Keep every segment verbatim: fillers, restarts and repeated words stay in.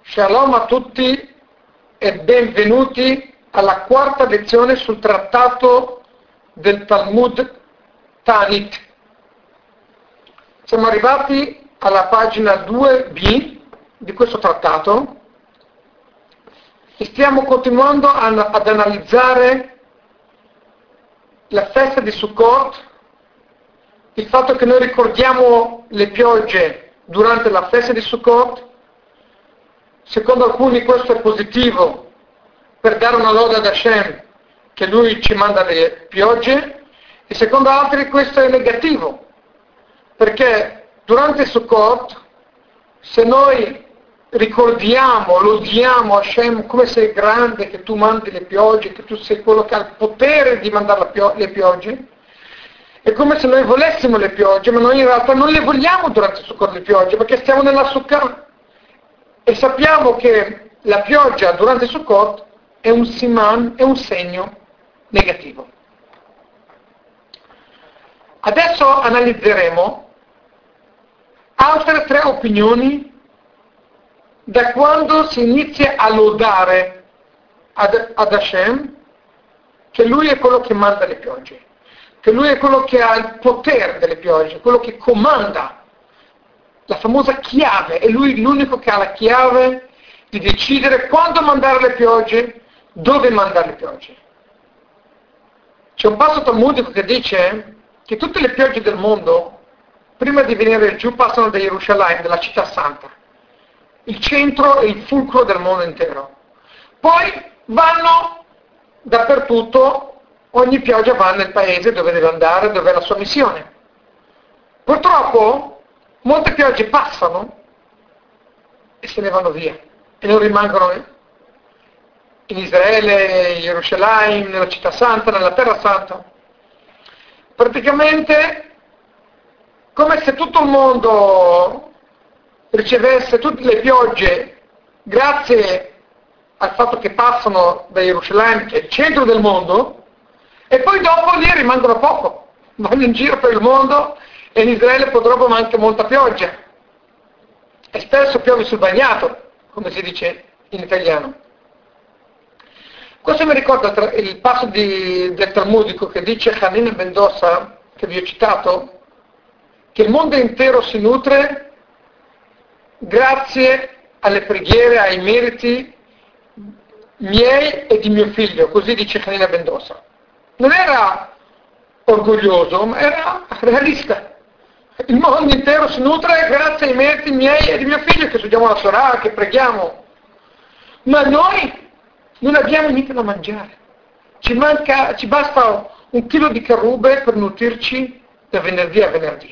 Shalom a tutti e benvenuti alla quarta lezione sul trattato del Talmud Ta'anit. Siamo arrivati alla pagina due B di questo trattato e stiamo continuando ad analizzare la festa di Sukkot, il fatto che noi ricordiamo le piogge durante la festa di Sukkot. Secondo alcuni questo è positivo per dare una lode ad Hashem che Lui ci manda le piogge, e secondo altri questo è negativo, perché durante Sukkot, se noi ricordiamo, lodiamo Hashem come sei grande, che tu mandi le piogge, che tu sei quello che ha il potere di mandare le piogge, è come se noi volessimo le piogge, ma noi in realtà non le vogliamo durante Sukkot le piogge, perché stiamo nella Sukkah. E sappiamo che la pioggia durante Sukkot è un siman, è un segno negativo. Adesso analizzeremo altre tre opinioni da quando si inizia a lodare ad, ad Hashem che Lui è quello che manda le piogge, che Lui è quello che ha il potere delle piogge, quello che comanda. La famosa chiave, è Lui l'unico che ha la chiave di decidere quando mandare le piogge, dove mandare le piogge. C'è un passo talmudico che dice che tutte le piogge del mondo, prima di venire giù, passano da Gerusalemme, dalla città santa, il centro e il fulcro del mondo intero. Poi vanno dappertutto, ogni pioggia va nel paese dove deve andare, dove è la sua missione. Purtroppo molte piogge passano e se ne vanno via e non rimangono in Israele, in Gerusalemme, nella città santa, nella terra santa. Praticamente come se tutto il mondo ricevesse tutte le piogge grazie al fatto che passano da Gerusalemme, che è il centro del mondo, e poi dopo lì rimangono poco, vanno in giro per il mondo. E in Israele purtroppo manca molta pioggia, e spesso piove sul bagnato, come si dice in italiano. Questo mi ricorda il passo di, del Talmudico che dice Hanina ben Dosa, che vi ho citato, che il mondo intero si nutre grazie alle preghiere, ai meriti miei e di mio figlio, così dice Hanina ben Dosa. Non era orgoglioso, ma era realista. Il mondo intero si nutre grazie ai meriti miei e di mio figlio, che studiamo la Torah, che preghiamo. Ma noi non abbiamo niente da mangiare. Ci manca, ci basta un chilo di carrube per nutrirci da venerdì a venerdì.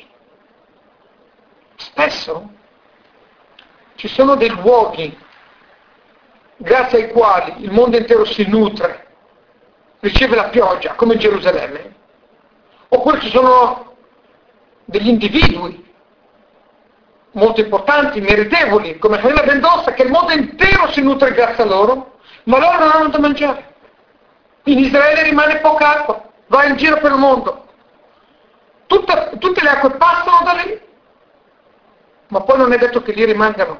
Spesso ci sono dei luoghi grazie ai quali il mondo intero si nutre, riceve la pioggia, come Gerusalemme. Oppure ci sono degli individui molto importanti, meritevoli, come Hanina ben Dosa, che il mondo intero si nutre grazie a loro, ma loro non hanno da mangiare. In Israele rimane poca acqua, va in giro per il mondo. Tutta, tutte le acque passano da lì, ma poi non è detto che lì rimangano.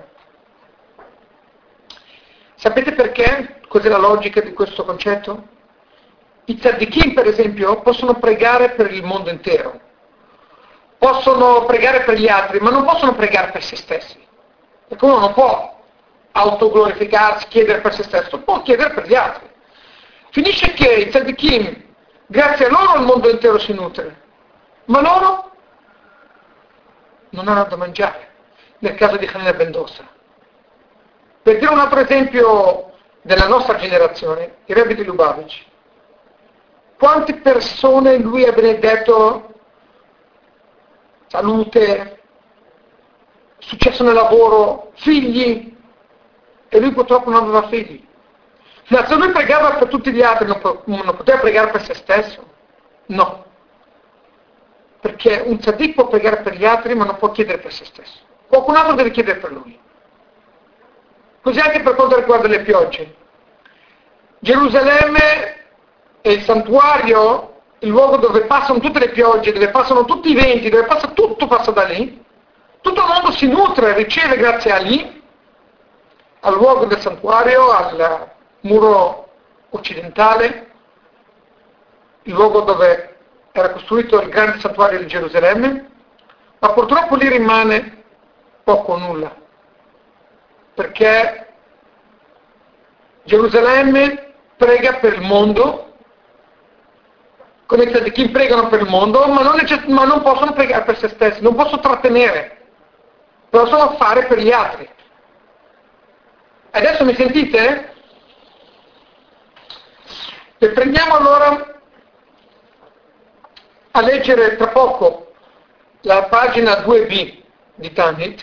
Sapete perché? Cos'è la logica di questo concetto? I tzaddikim, per esempio, possono pregare per il mondo intero, possono pregare per gli altri, ma non possono pregare per se stessi, perché uno non può autoglorificarsi, chiedere per se stesso, può chiedere per gli altri. Finisce che i tzaddikim, grazie a loro il mondo intero si nutre, ma loro non hanno da mangiare, nel caso di Hanina ben Dosa. Per dire un altro esempio della nostra generazione, il Rebbe di Lubavitch. Quante persone lui ha benedetto, salute, successo nel lavoro, figli, e lui purtroppo non aveva figli. Ma se lui pregava per tutti gli altri, non, non poteva pregare per se stesso? No. Perché un tzaddik può pregare per gli altri, ma non può chiedere per se stesso. Qualcun altro deve chiedere per lui. Così anche per quanto riguarda le piogge. Gerusalemme è il santuario, il luogo dove passano tutte le piogge, dove passano tutti i venti, dove passa tutto, passa da lì. Tutto il mondo si nutre, riceve grazie a lì, al luogo del santuario, al muro occidentale, il luogo dove era costruito il grande santuario di Gerusalemme, ma purtroppo lì rimane poco o nulla, perché Gerusalemme prega per il mondo, come i tzadikim pregano per il mondo, ma non, necess- ma non possono pregare per se stessi, non possono trattenere, possono fare per gli altri. Adesso mi sentite? E prendiamo allora a leggere tra poco la pagina due B di Tanit,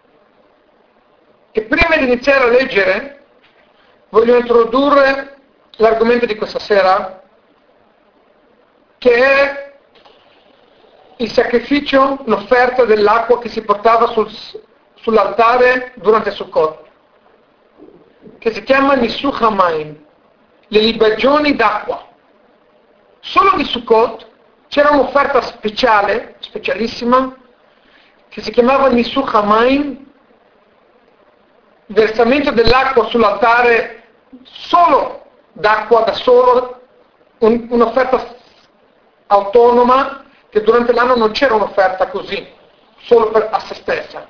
e prima di iniziare a leggere voglio introdurre l'argomento di questa sera, che è il sacrificio, l'offerta dell'acqua che si portava sul, sull'altare durante Sukkot, che si chiama Nisuch HaMayim, le libagioni d'acqua. Solo di Sukkot c'era un'offerta speciale, specialissima, che si chiamava Nisuch HaMayim, versamento dell'acqua sull'altare solo d'acqua da solo, un, un'offerta autonoma, che durante l'anno non c'era un'offerta così, solo per, a se stessa.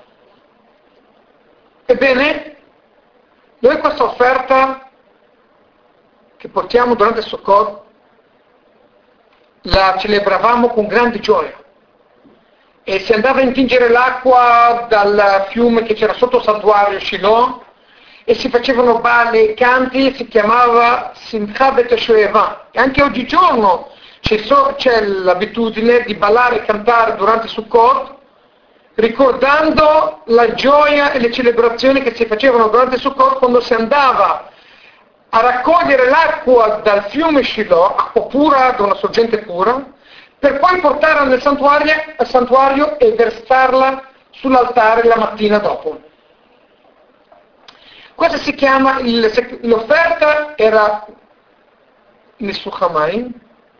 Ebbene, noi questa offerta che portiamo durante Sukkot la celebravamo con grande gioia, e si andava a intingere l'acqua dal fiume che c'era sotto il santuario Shiloh, e si facevano balli e canti, si chiamava Simcha Bet Shoeva, e anche oggigiorno c'è, so, c'è l'abitudine di ballare e cantare durante Sukkot, ricordando la gioia e le celebrazioni che si facevano durante Sukkot, quando si andava a raccogliere l'acqua dal fiume Shiloh, acqua pura, da una sorgente pura, per poi portarla nel santuario, al santuario e versarla sull'altare la mattina dopo. Questa si chiama, il, l'offerta era Nisuch HaMayim,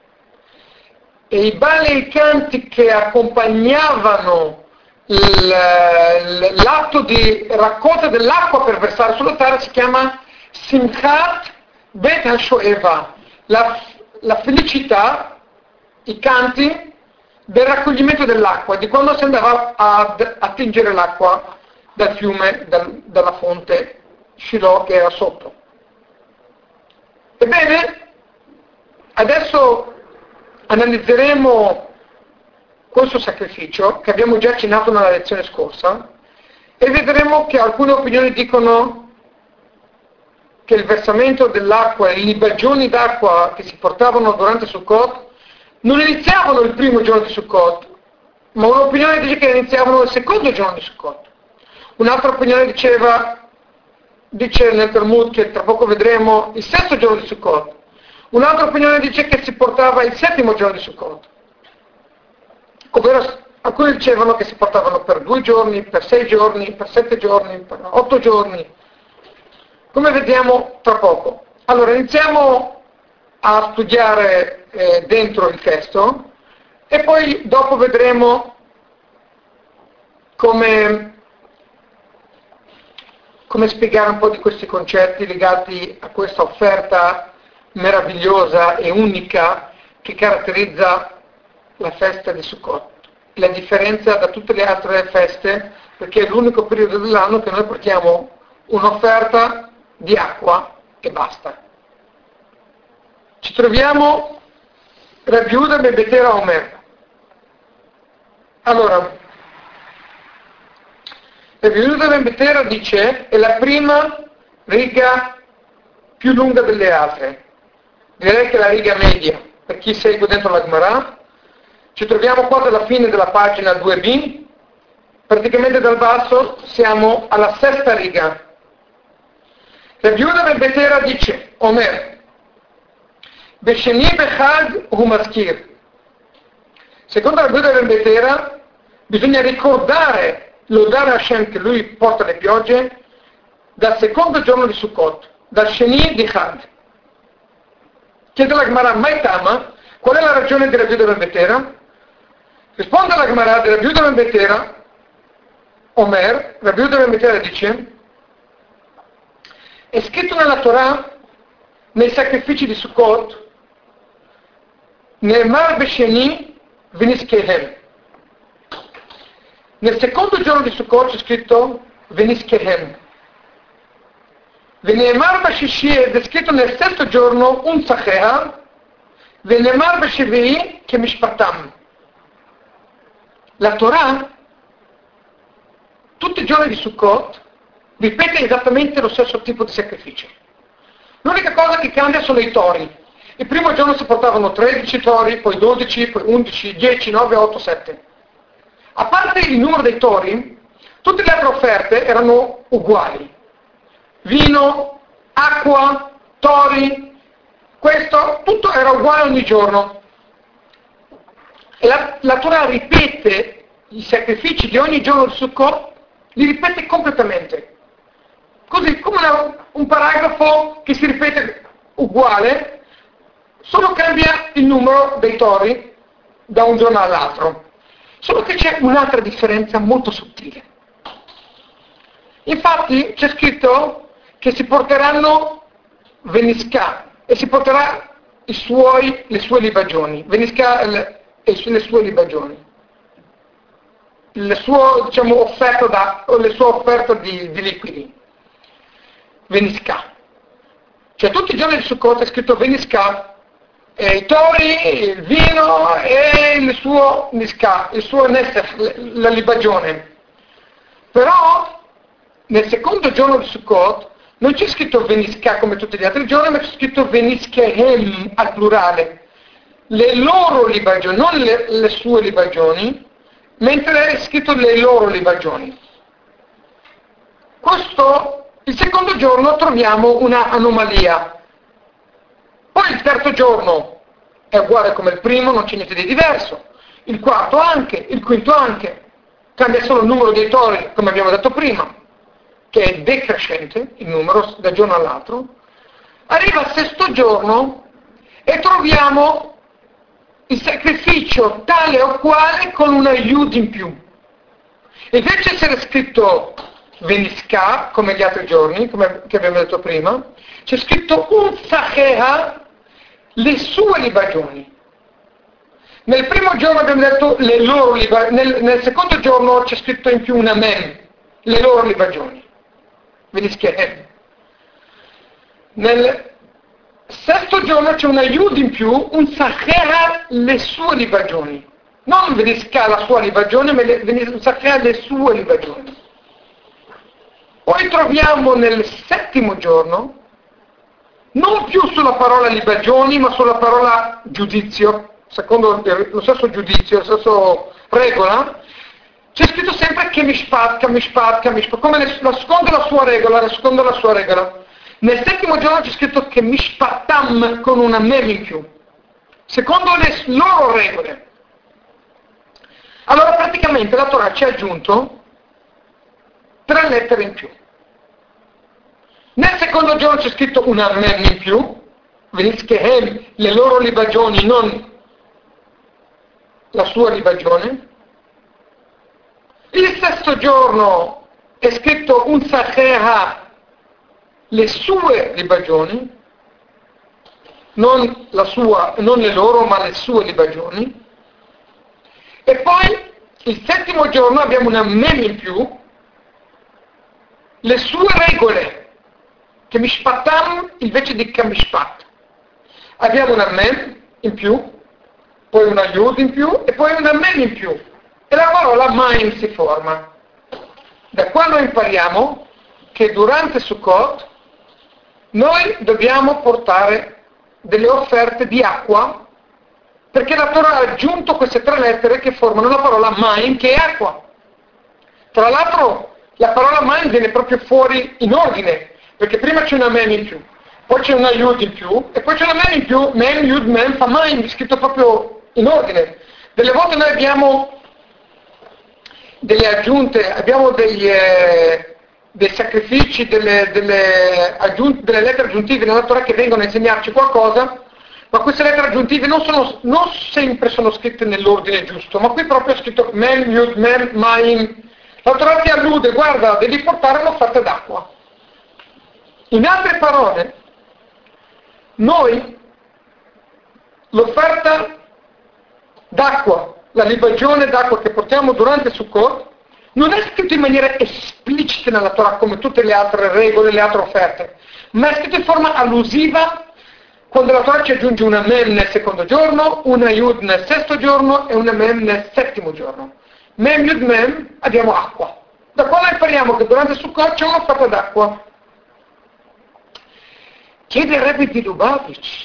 e i balli e i canti che accompagnavano l'atto di raccolta dell'acqua per versare sull'altare si chiama Simchat Bet HaShoeva, la, la felicità, i canti del raccoglimento dell'acqua, di quando si andava a attingere l'acqua dal fiume, dal, dalla fonte Shiloh che era sotto. Ebbene, adesso analizzeremo questo sacrificio che abbiamo già accennato nella lezione scorsa, e vedremo che alcune opinioni dicono che il versamento dell'acqua e le libagioni d'acqua che si portavano durante Sukkot non iniziavano il primo giorno di Sukkot, ma un'opinione dice che iniziavano il secondo giorno di Sukkot. Un'altra opinione diceva, dice nel Talmud, che tra poco vedremo, il sesto giorno di Sukkot. Un'altra opinione dice che si portava il settimo giorno di Sukkot. Ovvero, alcuni dicevano che si portavano per due giorni, per sei giorni, per sette giorni, per otto giorni, come vediamo tra poco. Allora, iniziamo a studiare eh, dentro il testo, e poi dopo vedremo come, come spiegare un po' di questi concetti legati a questa offerta meravigliosa e unica che caratterizza la festa di Sukkot. La differenza da tutte le altre feste, perché è l'unico periodo dell'anno che noi portiamo un'offerta di acqua e basta. Ci troviamo Rabbi Yehuda ben Betera Omer. Allora, Rabbi Yehuda ben Betera dice, è la prima riga più lunga delle altre. Direi che è la riga media, per chi segue dentro la Gemara. Ci troviamo quasi alla fine della pagina due B, praticamente dal basso siamo alla sesta riga. Rabbi Yehuda ben Betera dice, Omer, Besheni Bechag hu maskir. Secondo Rabbi Yehuda ben Betera bisogna ricordare, lodare Hashem che lui porta le piogge dal secondo giorno di Sukkot, dal Sheni di Chag. Chiede la Gemara, Maitama, qual è la ragione di Rabbi Yehuda ben Betera? Risponde alla Gemara di Rabbi Yehuda ben Betera, Omer, Rabbi Yehuda ben Betera dice, è scritto nella Torah, nei sacrifici di Sukkot, Ne'emar Besheni Venischehem. Nel secondo giorno di Sukkot c'è scritto Venischehem. Vene'emar Bashishi è descritto nel sesto giorno un Tzachea, Vene'emar Bashivii che Mishpatam. La Torah, tutti i giorni di Sukkot, ripete esattamente lo stesso tipo di sacrificio. L'unica cosa che cambia sono i tori. Il primo giorno si portavano tredici tori, poi dodici, poi undici, dieci, nove, otto, sette. A parte il numero dei tori, tutte le altre offerte erano uguali. Vino, acqua, tori, questo, tutto era uguale ogni giorno. E la, la Torah ripete i sacrifici di ogni giorno di Sukkot, li ripete completamente. Così come una, un paragrafo che si ripete uguale, solo cambia il numero dei tori da un giorno all'altro. Solo che c'è un'altra differenza molto sottile. Infatti c'è scritto che si porteranno Venisca e si porterà i suoi, le sue libagioni. Venisca le, le sue libagioni. Il suo, diciamo, offerta da, o le sue offerte di, di liquidi. Venisca. Cioè tutti i giorni di Sukkot è scritto Venisca, eh, i tori, il vino e il suo Nisca, il suo Nesef, la libagione. Però nel secondo giorno di Sukkot non c'è scritto Venisca come tutti gli altri giorni, ma c'è scritto Veniskehem al plurale. Le loro libagioni, non le, le sue libagioni, mentre è scritto le loro libagioni. Questo, il secondo giorno troviamo una anomalia. Poi il terzo giorno è uguale come il primo, non c'è niente di diverso. Il quarto anche, il quinto anche. Cambia solo il numero dei tori, come abbiamo detto prima, che è decrescente, il numero da giorno all'altro. Arriva il sesto giorno e troviamo il sacrificio tale o quale con una yud in più. Invece di essere scritto Venisca, come gli altri giorni, come che abbiamo detto prima, c'è scritto un Tzachea, le sue libagioni. Nel primo giorno abbiamo detto le loro libagioni, nel, nel secondo giorno c'è scritto in più una mem, le loro libagioni. Veniskehem. Nel sesto giorno c'è una yud in più, un Tzachea, le sue libagioni. Non Venisca la sua libagione, ma un Tzachea le sue libagioni. Poi troviamo nel settimo giorno, non più sulla parola libagioni, ma sulla parola giudizio, secondo lo stesso giudizio, la stessa regola, c'è scritto sempre che mishpat, che mishpat, che mishpat, come nasconde la sua regola, nasconde la sua regola. Nel settimo giorno c'è scritto che mishpatam con una mem in più, secondo le loro regole. Allora praticamente la Torah ci ha aggiunto tre lettere in più. Nel secondo giorno c'è scritto una mem in più, Veniskehem, le loro libagioni, non la sua libagione. Il sesto giorno è scritto un Tzachea, le sue libagioni, non la sua, non le loro, ma le sue libagioni. E poi il settimo giorno abbiamo una mem in più, le sue regole, che mishpatam invece di kamishpat. Abbiamo una mem in più, poi una yud in più e poi una mem in più. E la parola maim si forma. Da qua noi impariamo che durante Sukkot noi dobbiamo portare delle offerte di acqua, perché la Torah ha aggiunto queste tre lettere che formano la parola maim, che è acqua. Tra l'altro la parola maim viene proprio fuori in ordine, perché prima c'è una mem in più, poi c'è una yud in più, e poi c'è una mem in più, mem, yud, mem, fa maim, scritto proprio in ordine. Delle volte noi abbiamo delle aggiunte, abbiamo degli, eh, dei sacrifici, delle, delle, aggiunte, delle lettere aggiuntive nella Torah che vengono a insegnarci qualcosa, ma queste lettere aggiuntive non, sono, non sempre sono scritte nell'ordine giusto, ma qui proprio è scritto mem, yud, mem, maim. La Torah ti allude, guarda, devi portare un'offerta d'acqua. In altre parole, noi l'offerta d'acqua, la libagione d'acqua che portiamo durante Sukkot, non è scritto in maniera esplicita nella Torah come tutte le altre regole, le altre offerte, ma è scritto in forma allusiva quando la Torah ci aggiunge una mem nel secondo giorno, una yud nel sesto giorno e una mem nel settimo giorno. Mem, yud, mem, abbiamo acqua. Da qua impariamo che durante Sukkot c'è un'offerta d'acqua. Chiede il Rebbe di Lubavitch,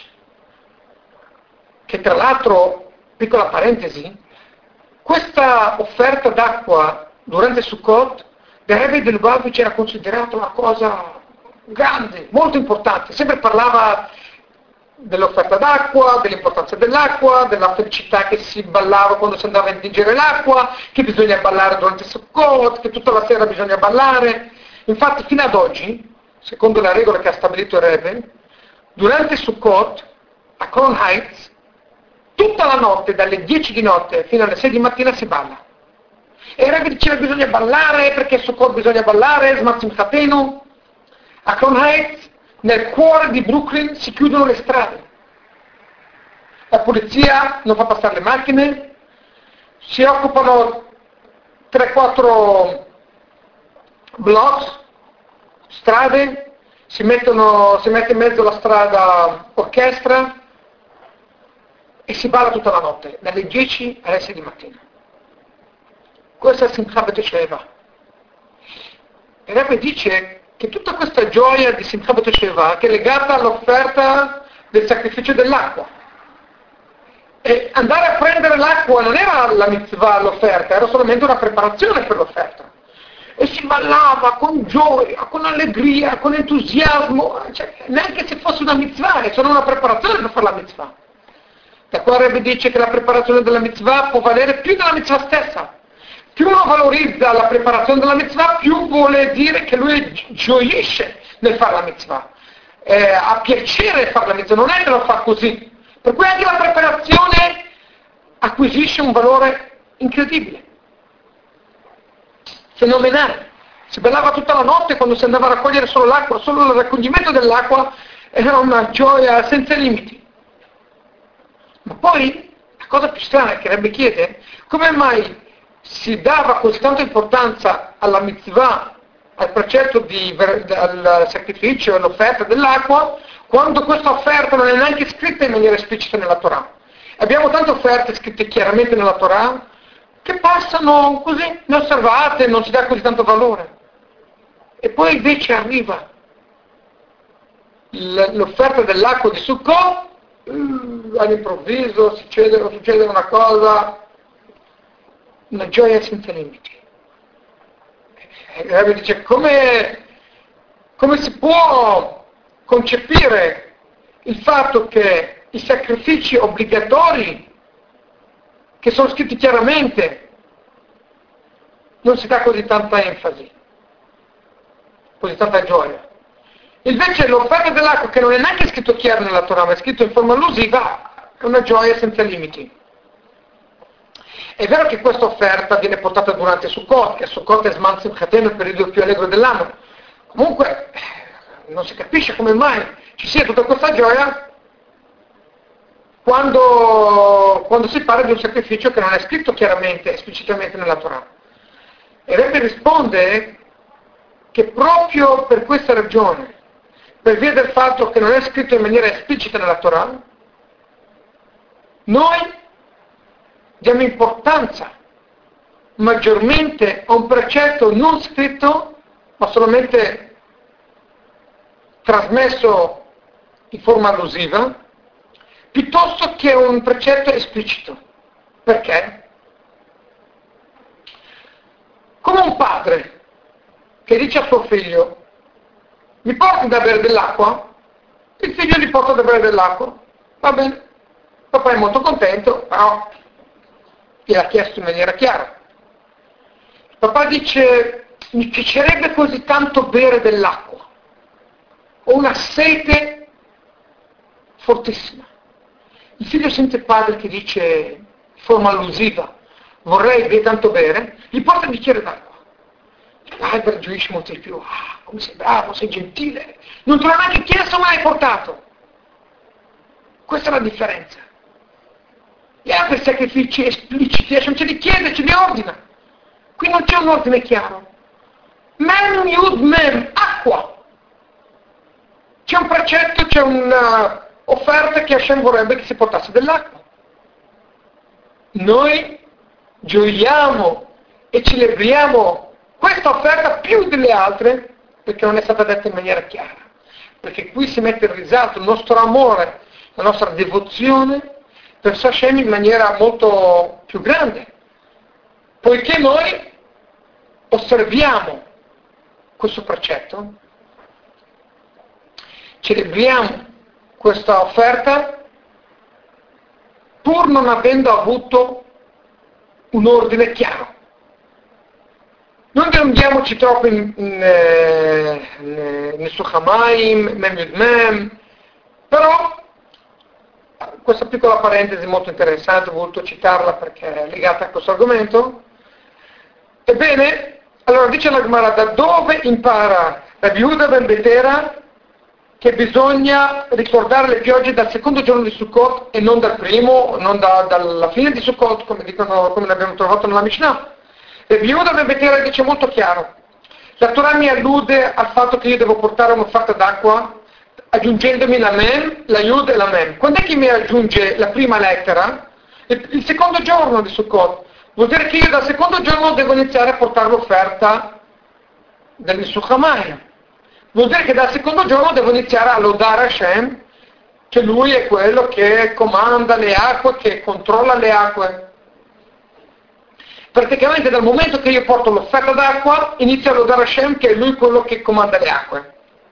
che tra l'altro, piccola parentesi, questa offerta d'acqua durante Sukkot, del Rebbe di Lubavitch era considerata una cosa grande, molto importante. Sempre parlava dell'offerta d'acqua, dell'importanza dell'acqua, della felicità che si ballava quando si andava a indigere l'acqua, che bisogna ballare durante Sukkot, che tutta la sera bisogna ballare. Infatti fino ad oggi, secondo la regola che ha stabilito il Rebbe, durante Sukkot, a Crown Heights, tutta la notte, dalle dieci di notte fino alle sei di mattina si balla. E il Rebbe diceva bisogna ballare, perché Sukkot bisogna ballare, Smatzim Chatenu. A Crown Heights, nel cuore di Brooklyn, si chiudono le strade. La polizia non fa passare le macchine, si occupano tre quattro blocks, strade, si, mettono, si mette in mezzo alla strada orchestra e si balla tutta la notte, dalle dieci alle sei di mattina. Questo è Simchat B'Tesheva. Il Rebbe dice che tutta questa gioia di Simchat B'Tesheva che è legata all'offerta del sacrificio dell'acqua. E andare a prendere l'acqua non era la mitzvah, l'offerta, era solamente una preparazione per l'offerta. E si ballava con gioia, con allegria, con entusiasmo, cioè, neanche se fosse una mitzvah, è solo una preparazione per fare la mitzvah. Da qua Rebbe dice che la preparazione della mitzvah può valere più della mitzvah stessa. Più uno valorizza la preparazione della mitzvah, più vuole dire che lui gioisce nel fare la mitzvah. Eh, ha piacere fare la mitzvah, non è che lo fa così. Per cui anche la preparazione acquisisce un valore incredibile, fenomenale. Si ballava tutta la notte quando si andava a raccogliere solo l'acqua, solo il raccoglimento dell'acqua era una gioia senza limiti. Ma poi, la cosa più strana che Rebbe chiede, come mai si dava così tanta importanza alla mitzvah, al precetto di, al sacrificio, all'offerta dell'acqua, quando questa offerta non è neanche scritta in maniera esplicita nella Torah. Abbiamo tante offerte scritte chiaramente nella Torah che passano così, inosservate, non si dà così tanto valore. E poi invece arriva l'offerta dell'acqua di Sukkot, all'improvviso succede, succede una cosa, una gioia senza limiti. E il Rebbe dice come, come si può concepire il fatto che i sacrifici obbligatori che sono scritti chiaramente non si dà così tanta enfasi, così tanta gioia. Invece l'offerta dell'acqua, che non è neanche scritto chiaro nella Torah, ma è scritto in forma allusiva, è una gioia senza limiti. È vero che questa offerta viene portata durante Sukkot, che Sukkot è Smatzim Chatenu, il periodo più allegro dell'anno. Comunque non si capisce come mai ci sia tutta questa gioia quando, quando si parla di un sacrificio che non è scritto chiaramente, esplicitamente nella Torah. E Rebbe risponde che proprio per questa ragione, per via del fatto che non è scritto in maniera esplicita nella Torah, noi diamo importanza maggiormente a un precetto non scritto, ma solamente trasmesso in forma allusiva, piuttosto che un precetto esplicito. Perché? Come un padre che dice a suo figlio: mi porti da bere dell'acqua? Il figlio gli porta da bere dell'acqua. Va bene. Papà è molto contento, però gliel'ha chiesto in maniera chiara. Il papà dice: mi piacerebbe così tanto bere dell'acqua. Ho una sete fortissima. Il figlio sente il padre che dice in forma allusiva: vorrei tanto bere, gli porta un bicchiere d'acqua. L'albero gioisce molto di più. Ah, come sei bravo, sei gentile. Non te l'ho neanche chiesto, ma l'hai portato. Questa è la differenza. Gli altri sacrifici espliciti, non ce li chiede, ce li ordina. Qui non c'è un ordine chiaro. Mem, yud, mem, acqua. C'è un precetto, c'è un'offerta che Hashem vorrebbe che si portasse dell'acqua. Noi gioiamo e celebriamo questa offerta più delle altre perché non è stata detta in maniera chiara. Perché qui si mette in risalto il nostro amore, la nostra devozione verso Hashem in maniera molto più grande. Poiché noi osserviamo questo precetto, celebriamo questa offerta pur non avendo avuto un ordine chiaro. Non dilunghiamoci troppo in, in, in, in Suchamaim, Mem Yud Mem, però questa piccola parentesi molto interessante, ho voluto citarla perché è legata a questo argomento. Ebbene, allora dice la Gemara, da dove impara Rabbi Yehuda ben Betera che bisogna ricordare le piogge dal secondo giorno di Sukkot e non dal primo, non da, dalla fine di Sukkot, come dicono, come l'abbiamo trovato nella Mishnah. Rabbi Yehuda ben Betera dice molto chiaro, la Torah mi allude al fatto che io devo portare un'offerta d'acqua aggiungendomi la Mem, la Yud e la Mem. Quando è che mi aggiunge la prima lettera? Il secondo giorno di Sukkot. Vuol dire che io dal secondo giorno devo iniziare a portare l'offerta del Suchamayim. Vuol dire che dal secondo giorno devo iniziare a lodare Hashem, che Lui è quello che comanda le acque, che controlla le acque. Praticamente dal momento che io porto l'offerta d'acqua, inizio a lodare Hashem, che è Lui quello che comanda le acque.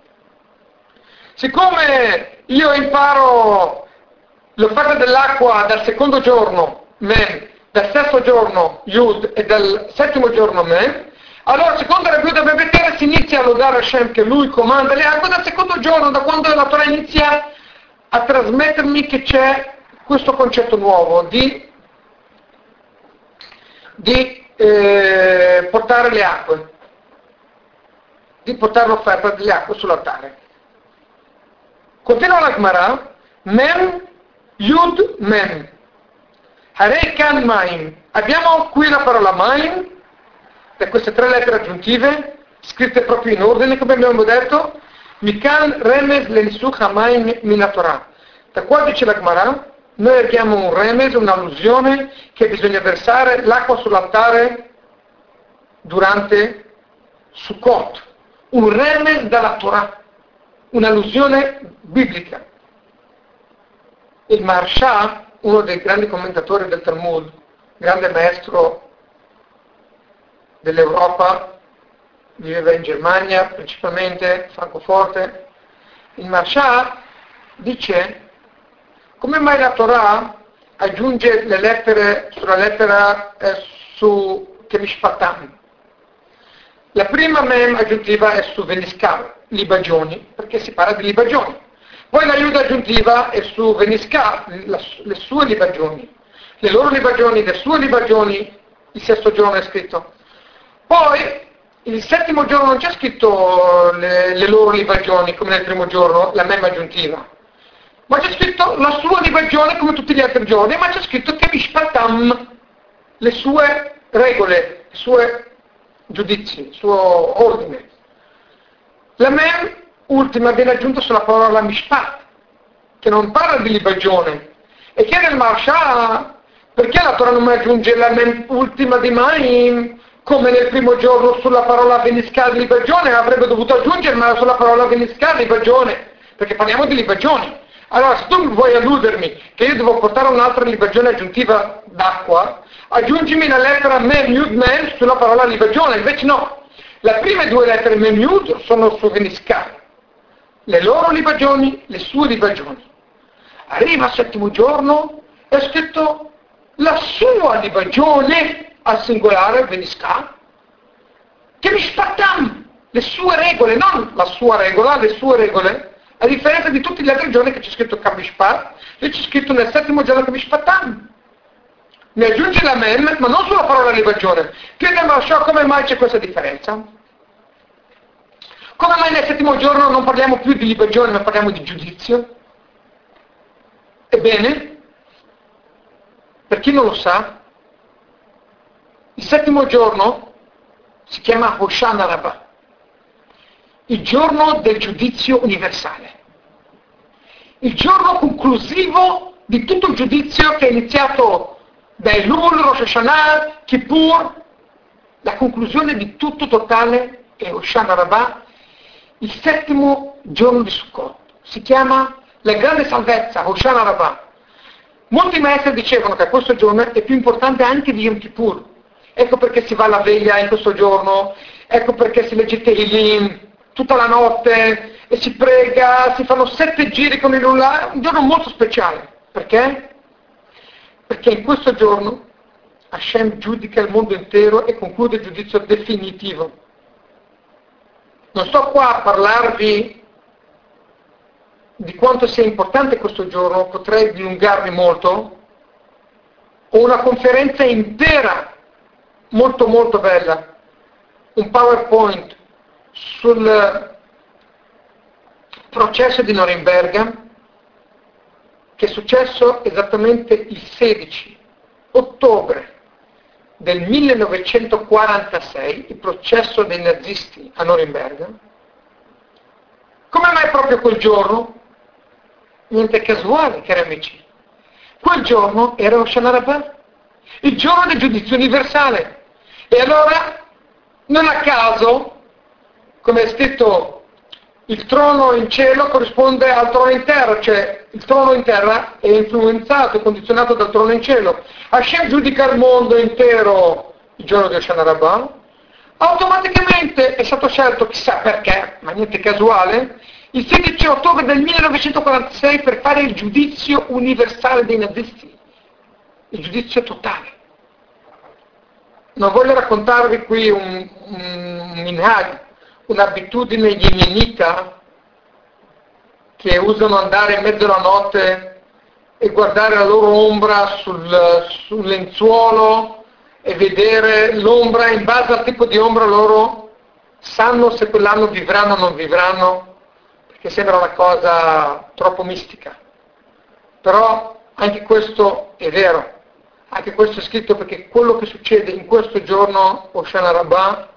Siccome io imparo l'offerta dell'acqua dal secondo giorno, Mem, dal sesto giorno, Yud, e dal settimo giorno, Mem, allora secondo Rabbi Yehuda ben Betera si inizia a lodare Hashem che Lui comanda le acque dal secondo giorno, da quando la Torah inizia a trasmettermi che c'è questo concetto nuovo di, di eh, portare le acque, di portare l'offerta delle acque sull'altare. Continua la Gemara, Mem, Yud, Mem. Harei kan Maim. Abbiamo qui la parola Maim, per queste tre lettere aggiuntive, scritte proprio in ordine, come abbiamo detto, Mikan Remez Lenisuch HaMaim Min Torah. Da qua dice la Gemara, noi abbiamo un remez, un'allusione, che bisogna versare l'acqua sull'altare durante Sukkot. Un remez dalla Torah. Un'allusione biblica. Il Maharsha, uno dei grandi commentatori del Talmud, grande maestro dell'Europa, viveva in Germania principalmente, Francoforte, il Maharsha dice come mai la Torah aggiunge le lettere sulla lettera eh, su Kemishpatam. La prima mem aggiuntiva è su Veniskar, libagioni, perché si parla di libagioni. Poi la Yud aggiuntiva è su Veniskar, le sue libagioni. Le loro libagioni, le sue libagioni, il sesto giorno è scritto. Poi, il settimo giorno non c'è scritto le, le loro libagioni, come nel primo giorno, la mem aggiuntiva. Ma c'è scritto la sua libagione come tutti gli altri giorni, ma c'è scritto che Mishpatam, le sue regole, i suoi giudizi, il suo ordine. La mem ultima viene aggiunta sulla parola Mishpat, che non parla di libagione. E chiede il Maharsha, perché la Torah non mi aggiunge la mem ultima di Maim, come nel primo giorno sulla parola Veniskar libagione, avrebbe dovuto aggiungermela sulla parola Veniskar libagione, perché parliamo di libagioni. Allora, se tu vuoi alludermi che io devo portare un'altra libagione aggiuntiva d'acqua, aggiungimi la lettera Mem, Yud, Mem sulla parola libagione, invece no. Le prime due lettere Mem, Yud sono su Veniskar. Le loro libagioni, le sue libagioni. Arriva al settimo giorno, è scritto la sua libagione al singolare Veniskar, che Mishpatam, le sue regole, non la sua regola, le sue regole. A differenza di tutti gli altri giorni che c'è scritto Kamishpat, e c'è scritto nel settimo giorno Kamishpatam. Mi aggiunge la mem, ma non sulla parola libagione. Chiede a Maharsha come mai c'è questa differenza. Come mai nel settimo giorno non parliamo più di libagione, ma parliamo di giudizio? Ebbene, per chi non lo sa, il settimo giorno si chiama Hoshana Rabbah, il giorno del giudizio universale, il giorno conclusivo di tutto il giudizio che è iniziato da Elul, Rosh Hashanah, Kippur, la conclusione di tutto totale è Hoshana Rabbah, il settimo giorno di Sukkot. Si chiama la grande salvezza, Hoshana Rabbah. Molti maestri dicevano che questo giorno è più importante anche di Yom Kippur. Ecco perché si va alla veglia in questo giorno, ecco perché si legge Tehillim tutta la notte e si prega, si fanno sette giri con il Lullah, un giorno molto speciale. Perché? Perché in questo giorno Hashem giudica il mondo intero e conclude il giudizio definitivo. Non sto qua a parlarvi di quanto sia importante questo giorno, potrei dilungarmi molto. Ho una conferenza intera, molto molto bella, un PowerPoint sul processo di Norimberga, che è successo esattamente il sedici ottobre del millenovecentoquarantasei, il processo dei nazisti a Norimberga. Come mai proprio quel giorno? Niente casuale, cari amici. Quel giorno era Hoshana Rabbah, il giorno del giudizio universale. E allora, non a caso, come è scritto, il trono in cielo corrisponde al trono in terra, cioè il trono in terra è influenzato, condizionato dal trono in cielo. Hashem giudica il mondo intero il giorno di Hoshana Rabbah, automaticamente è stato scelto, chissà perché, ma niente casuale, il sedici ottobre del millenovecentoquarantasei per fare il giudizio universale dei nazisti, il giudizio totale. Non voglio raccontarvi qui un, un minhag, un'abitudine yemenita che usano andare in mezzo alla notte e guardare la loro ombra sul, sul lenzuolo e vedere l'ombra, in base al tipo di ombra loro sanno se quell'anno vivranno o non vivranno, perché sembra una cosa troppo mistica. Però anche questo è vero, anche questo è scritto, perché quello che succede in questo giorno, Hoshana Rabbah,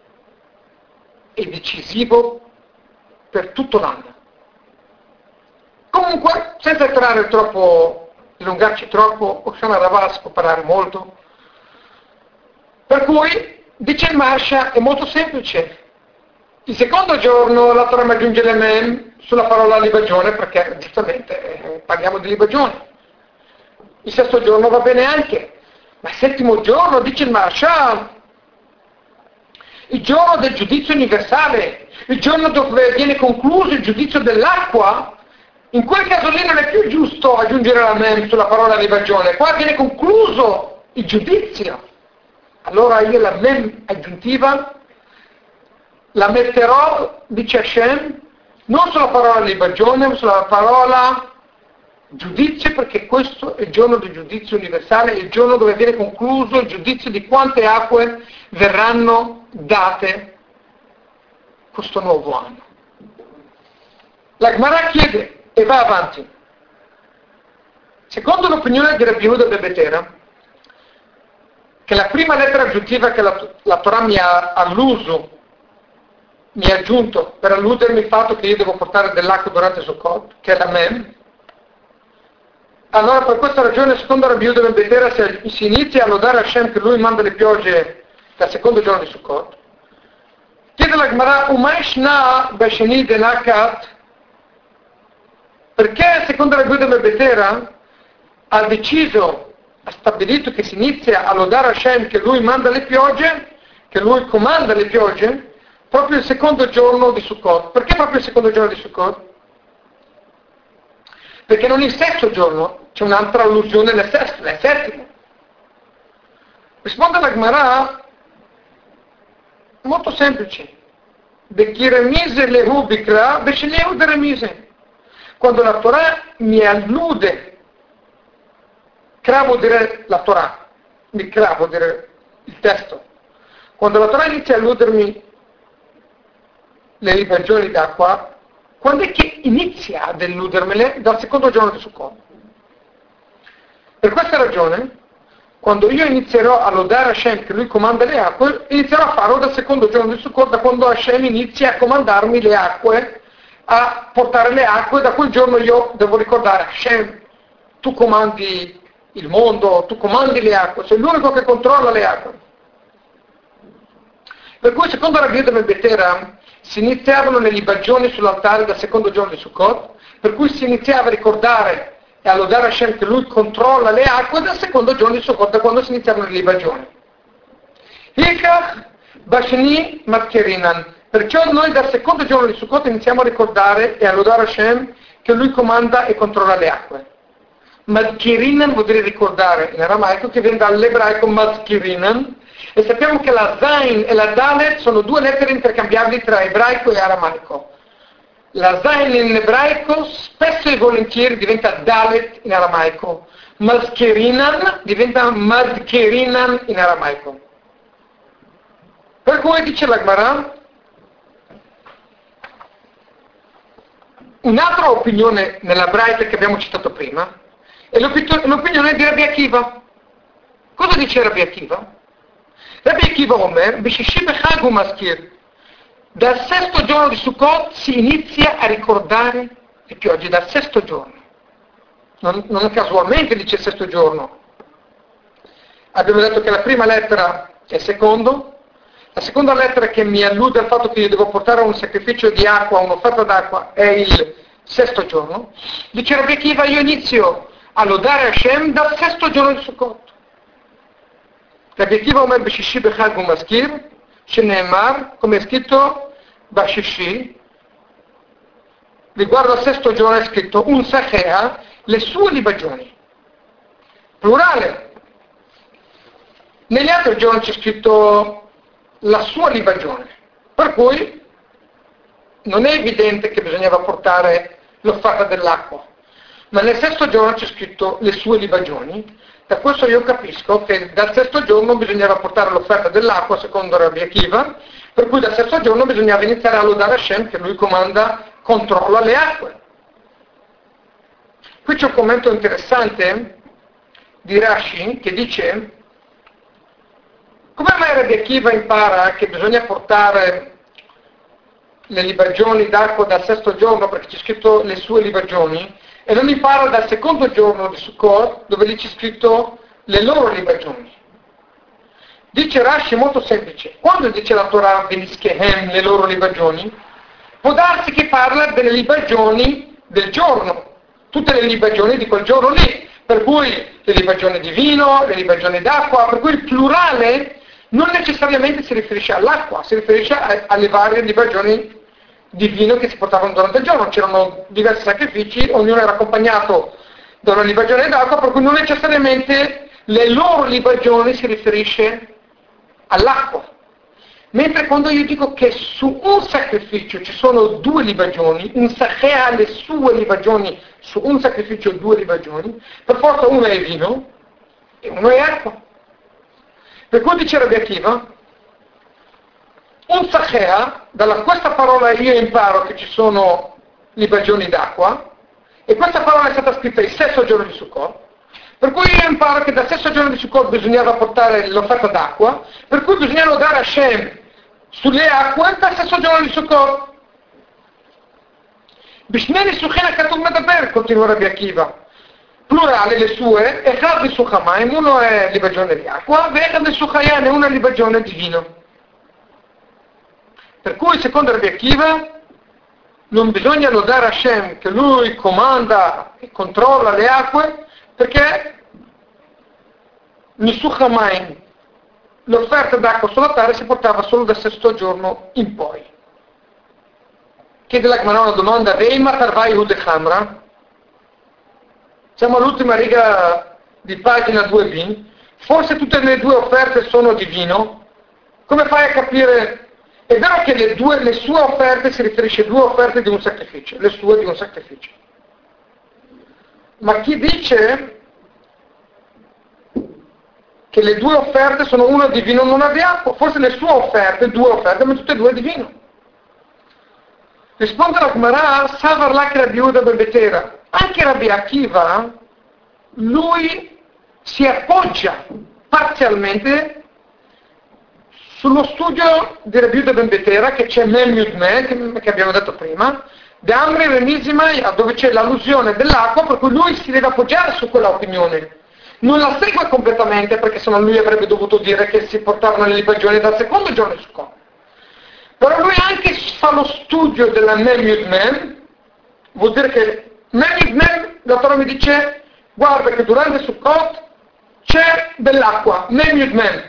è decisivo per tutto l'anno. Comunque, senza entrare troppo, dilungarci troppo, Hoshana Rabbah si può parlare molto. Per cui, dice il Marsha, è molto semplice. Il secondo giorno la Torah aggiunge le mem sulla parola libagione, perché giustamente eh, parliamo di libagione. Il sesto giorno va bene anche, ma il settimo giorno, dice il Marsha, il giorno del giudizio universale, il giorno dove viene concluso il giudizio dell'acqua, in quel caso lì non è più giusto aggiungere la mem sulla parola libagione, qua viene concluso il giudizio. Allora io la mem aggiuntiva la metterò, dice Hashem, non sulla parola libagione, ma sulla parola giudizio, perché questo è il giorno del giudizio universale, è il giorno dove viene concluso il giudizio di quante acque verranno date questo nuovo anno. La Gemara chiede e va avanti. Secondo l'opinione di Rabbi Yehuda ben Betera, che la prima lettera aggiuntiva che la, la Torah mi ha alluso, mi ha aggiunto per alludermi il fatto che io devo portare dell'acqua durante Sukkot, che è la mem, allora per questa ragione, secondo Rabbi Yehuda ben Betera, si, si inizia a lodare Hashem che lui manda le piogge dal secondo giorno di Sukkot. Chiede la Gemara, Umay shna b'sheni denakat, perché secondo Rabbi Yehuda ben Betera ha deciso, ha stabilito che si inizia a lodare Hashem che lui manda le piogge, che lui comanda le piogge, proprio il secondo giorno di Sukkot. Perché proprio il secondo giorno di Sukkot? Perché non il sesto giorno, c'è un'altra allusione nel sesto, nel settimo. Risponde la Gemara, molto semplice. Bechiremise le rubikra, besceleu de remise. Quando la Torah mi allude, Kra vuol dire la Torah, Mikra vuol dire il testo. Quando la Torah inizia a alludermi le libagioni d'acqua, quando è che inizia ad illudermele? Dal secondo giorno di Sukkot. Per questa ragione, quando io inizierò a lodare Hashem che lui comanda le acque, inizierò a farlo dal secondo giorno di Sukkot, da quando Hashem inizia a comandarmi le acque, a portare le acque. Da quel giorno io devo ricordare: Hashem, tu comandi il mondo, tu comandi le acque, sei l'unico che controlla le acque. Per cui, secondo Rabbi Yehuda ben Betera, si iniziavano le libagioni sull'altare dal secondo giorno di Sukkot, per cui si iniziava a ricordare e a lodare Hashem che lui controlla le acque dal secondo giorno di Sukkot, da quando si iniziavano le libagioni. Hikach Bashni Matkerinan. Perciò noi dal secondo giorno di Sukkot iniziamo a ricordare e a lodare Hashem che lui comanda e controlla le acque. Mazkirinan vuol dire ricordare in aramaico, che viene dall'ebraico Mazkirinan, e sappiamo che la Zain e la Dalet sono due lettere intercambiabili tra ebraico e aramaico. La Zain in ebraico spesso e volentieri diventa Dalet in aramaico, Mazkirinan diventa Madkerinan in aramaico. Per cui dice la Gemara, un'altra opinione nella Braita che abbiamo citato prima è l'opinione di Rabbi Akiva. Cosa dice Rabbi Akiva? Rabbi Akiva Omer, Bishishi Bechag hu Maskir. Dal sesto giorno di Sukkot si inizia a ricordare le piogge, dal sesto giorno. Non, non casualmente dice il sesto giorno. Abbiamo detto che la prima lettera è il secondo, la seconda lettera che mi allude al fatto che io devo portare un sacrificio di acqua, un'offerta d'acqua, è il sesto giorno. Dice Rabbi Akiva, io inizio a lodare Hashem dal sesto giorno di Sukkot. Rabbi Akiva Omer Bishishi Bechag hu Maskir, Sheneemar, come è scritto Bashishi, riguardo al sesto giorno è scritto un Sachea, le sue libagioni. Plurale. Negli altri giorni c'è scritto la sua libagione. Per cui non è evidente che bisognava portare l'offerta dell'acqua. Ma nel sesto giorno c'è scritto le sue libagioni. Da questo io capisco che dal sesto giorno bisognava portare l'offerta dell'acqua, secondo Rabbi Akiva, per cui dal sesto giorno bisognava iniziare a lodare Hashem che lui comanda, controlla le acque. Qui c'è un commento interessante di Rashi che dice: come mai Rabbi Akiva impara che bisogna portare le libagioni d'acqua dal sesto giorno, perché c'è scritto le sue libagioni, e non impara dal secondo giorno di Sukkot, dove lì c'è scritto le loro libagioni? Dice Rashi molto semplice: quando dice la Torah Venischehem, le loro libagioni, può darsi che parla delle libagioni del giorno, tutte le libagioni di quel giorno lì, per cui le libagioni di vino, le libagioni d'acqua, per cui il plurale non necessariamente si riferisce all'acqua, si riferisce a, alle varie libagioni di vino che si portavano durante il giorno. C'erano diversi sacrifici, ognuno era accompagnato da una libagione d'acqua, per cui non necessariamente le loro libagioni si riferisce all'acqua. Mentre quando io dico che su un sacrificio ci sono due libagioni, un sachea ha le sue libagioni, su un sacrificio due libagioni, per forza uno è vino e uno è acqua. Per cui dice Rabbi Akiva, un sachea, dalla questa parola io imparo che ci sono libagioni d'acqua, e questa parola è stata scritta il sesto giorno di Sukkot, per cui io imparo che dal sesto giorno di Sukkot bisognava portare l'offerta d'acqua, per cui bisognava dare a Hashem sulle acque dal sesto giorno di Sukkot. Bishnei Suchena Katum Medaber, continua Rabbi Akiva. Plurale le sue, Echad di Suchamaim, uno è libagione di acqua, Echad di Suchayan, uno è libagione di vino. Per cui, secondo Rabbi Akiva, non bisogna lodare Hashem che lui comanda e controlla le acque, perché Nisuchamaim, l'offerta d'acqua sull'altare si portava solo dal sesto giorno in poi. Chiede la Gemara una domanda: Veima Tarvai Udechamra? Siamo all'ultima riga di pagina due b. Forse tutte le due offerte sono di vino? Come fai a capire? È vero che le, due, le sue offerte si riferisce a due offerte di un sacrificio, le sue di un sacrificio. Ma chi dice che le due offerte sono una di vino non di acqua? Forse le sue offerte, due offerte, ma tutte e due di vino. Risponde la Gemara, Savar lak Rabbi Yehuda ben Betera. Anche Rabbi Akiva, lui si appoggia parzialmente sullo studio di Rabbi Yehuda ben Betera, che c'è Mem Yud Me, che abbiamo detto prima, di Amri Renisima, dove c'è l'allusione dell'acqua, per cui lui si deve appoggiare su quella opinione. Non la segue completamente, perché sennò lui avrebbe dovuto dire che si portavano le libagioni dal secondo giorno di Sukkot. Però lui anche fa lo studio della Mem Yud Mem, vuol dire che Mem Yud Mem, la Torah mi dice, guarda che durante Sukkot c'è dell'acqua, Mem Yud Mem.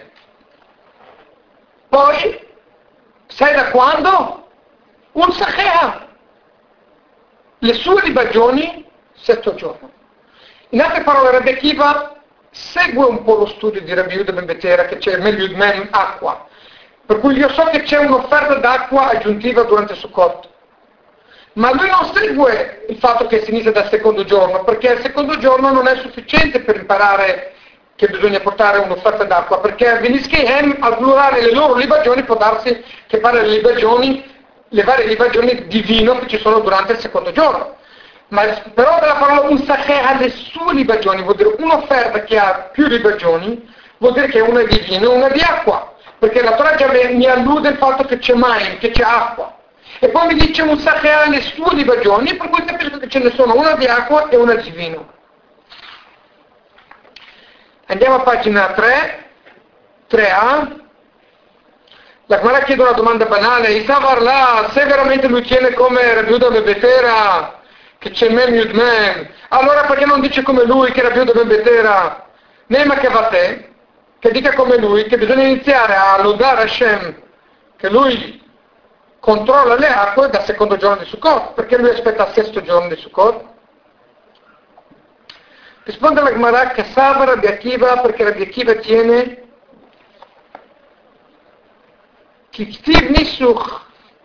Poi, sai da quando? Un Sachea. Le sue libagioni, sesto giorno. In altre parole, Rabbi Akiva segue un po' lo studio di Rabbi Yehuda ben Betera, che c'è Mem Yud Mem, acqua. Per cui io so che c'è un'offerta d'acqua aggiuntiva durante Sukkot. Ma lui non segue il fatto che si inizia dal secondo giorno, perché il secondo giorno non è sufficiente per imparare che bisogna portare un'offerta d'acqua, perché Venischehem, al plurale, le loro libagioni, può darsi che fare le libagioni, le varie libagioni di vino che ci sono durante il secondo giorno. Ma però della parola un sachet alle sue libagioni, vuol dire un'offerta che ha più libagioni, vuol dire che una è di vino e una è di acqua. Perché la Torah già mi allude il fatto che c'è mai, che c'è acqua. E poi mi dice un sachet alle sue libagioni, per cui capisco che ce ne sono una di acqua e una di vino. Andiamo a pagina tre, tre A. La Gemara chiede una domanda banale, Isavar là, se veramente lui tiene come Rabbi Yehuda ben Betera, che c'è Mem Yud Mem, allora perché non dice come lui che Rabbi Yehuda ben Betera? Nema che va te, che dica come lui, che bisogna iniziare a lodare Hashem, che lui controlla le acque dal secondo giorno di Sukkot, perché lui aspetta il sesto giorno di Sukkot. Risponde la Gemara che Sava Rabbi Akiva, perché Rabbi Akiva tiene Kiftiv Nisuch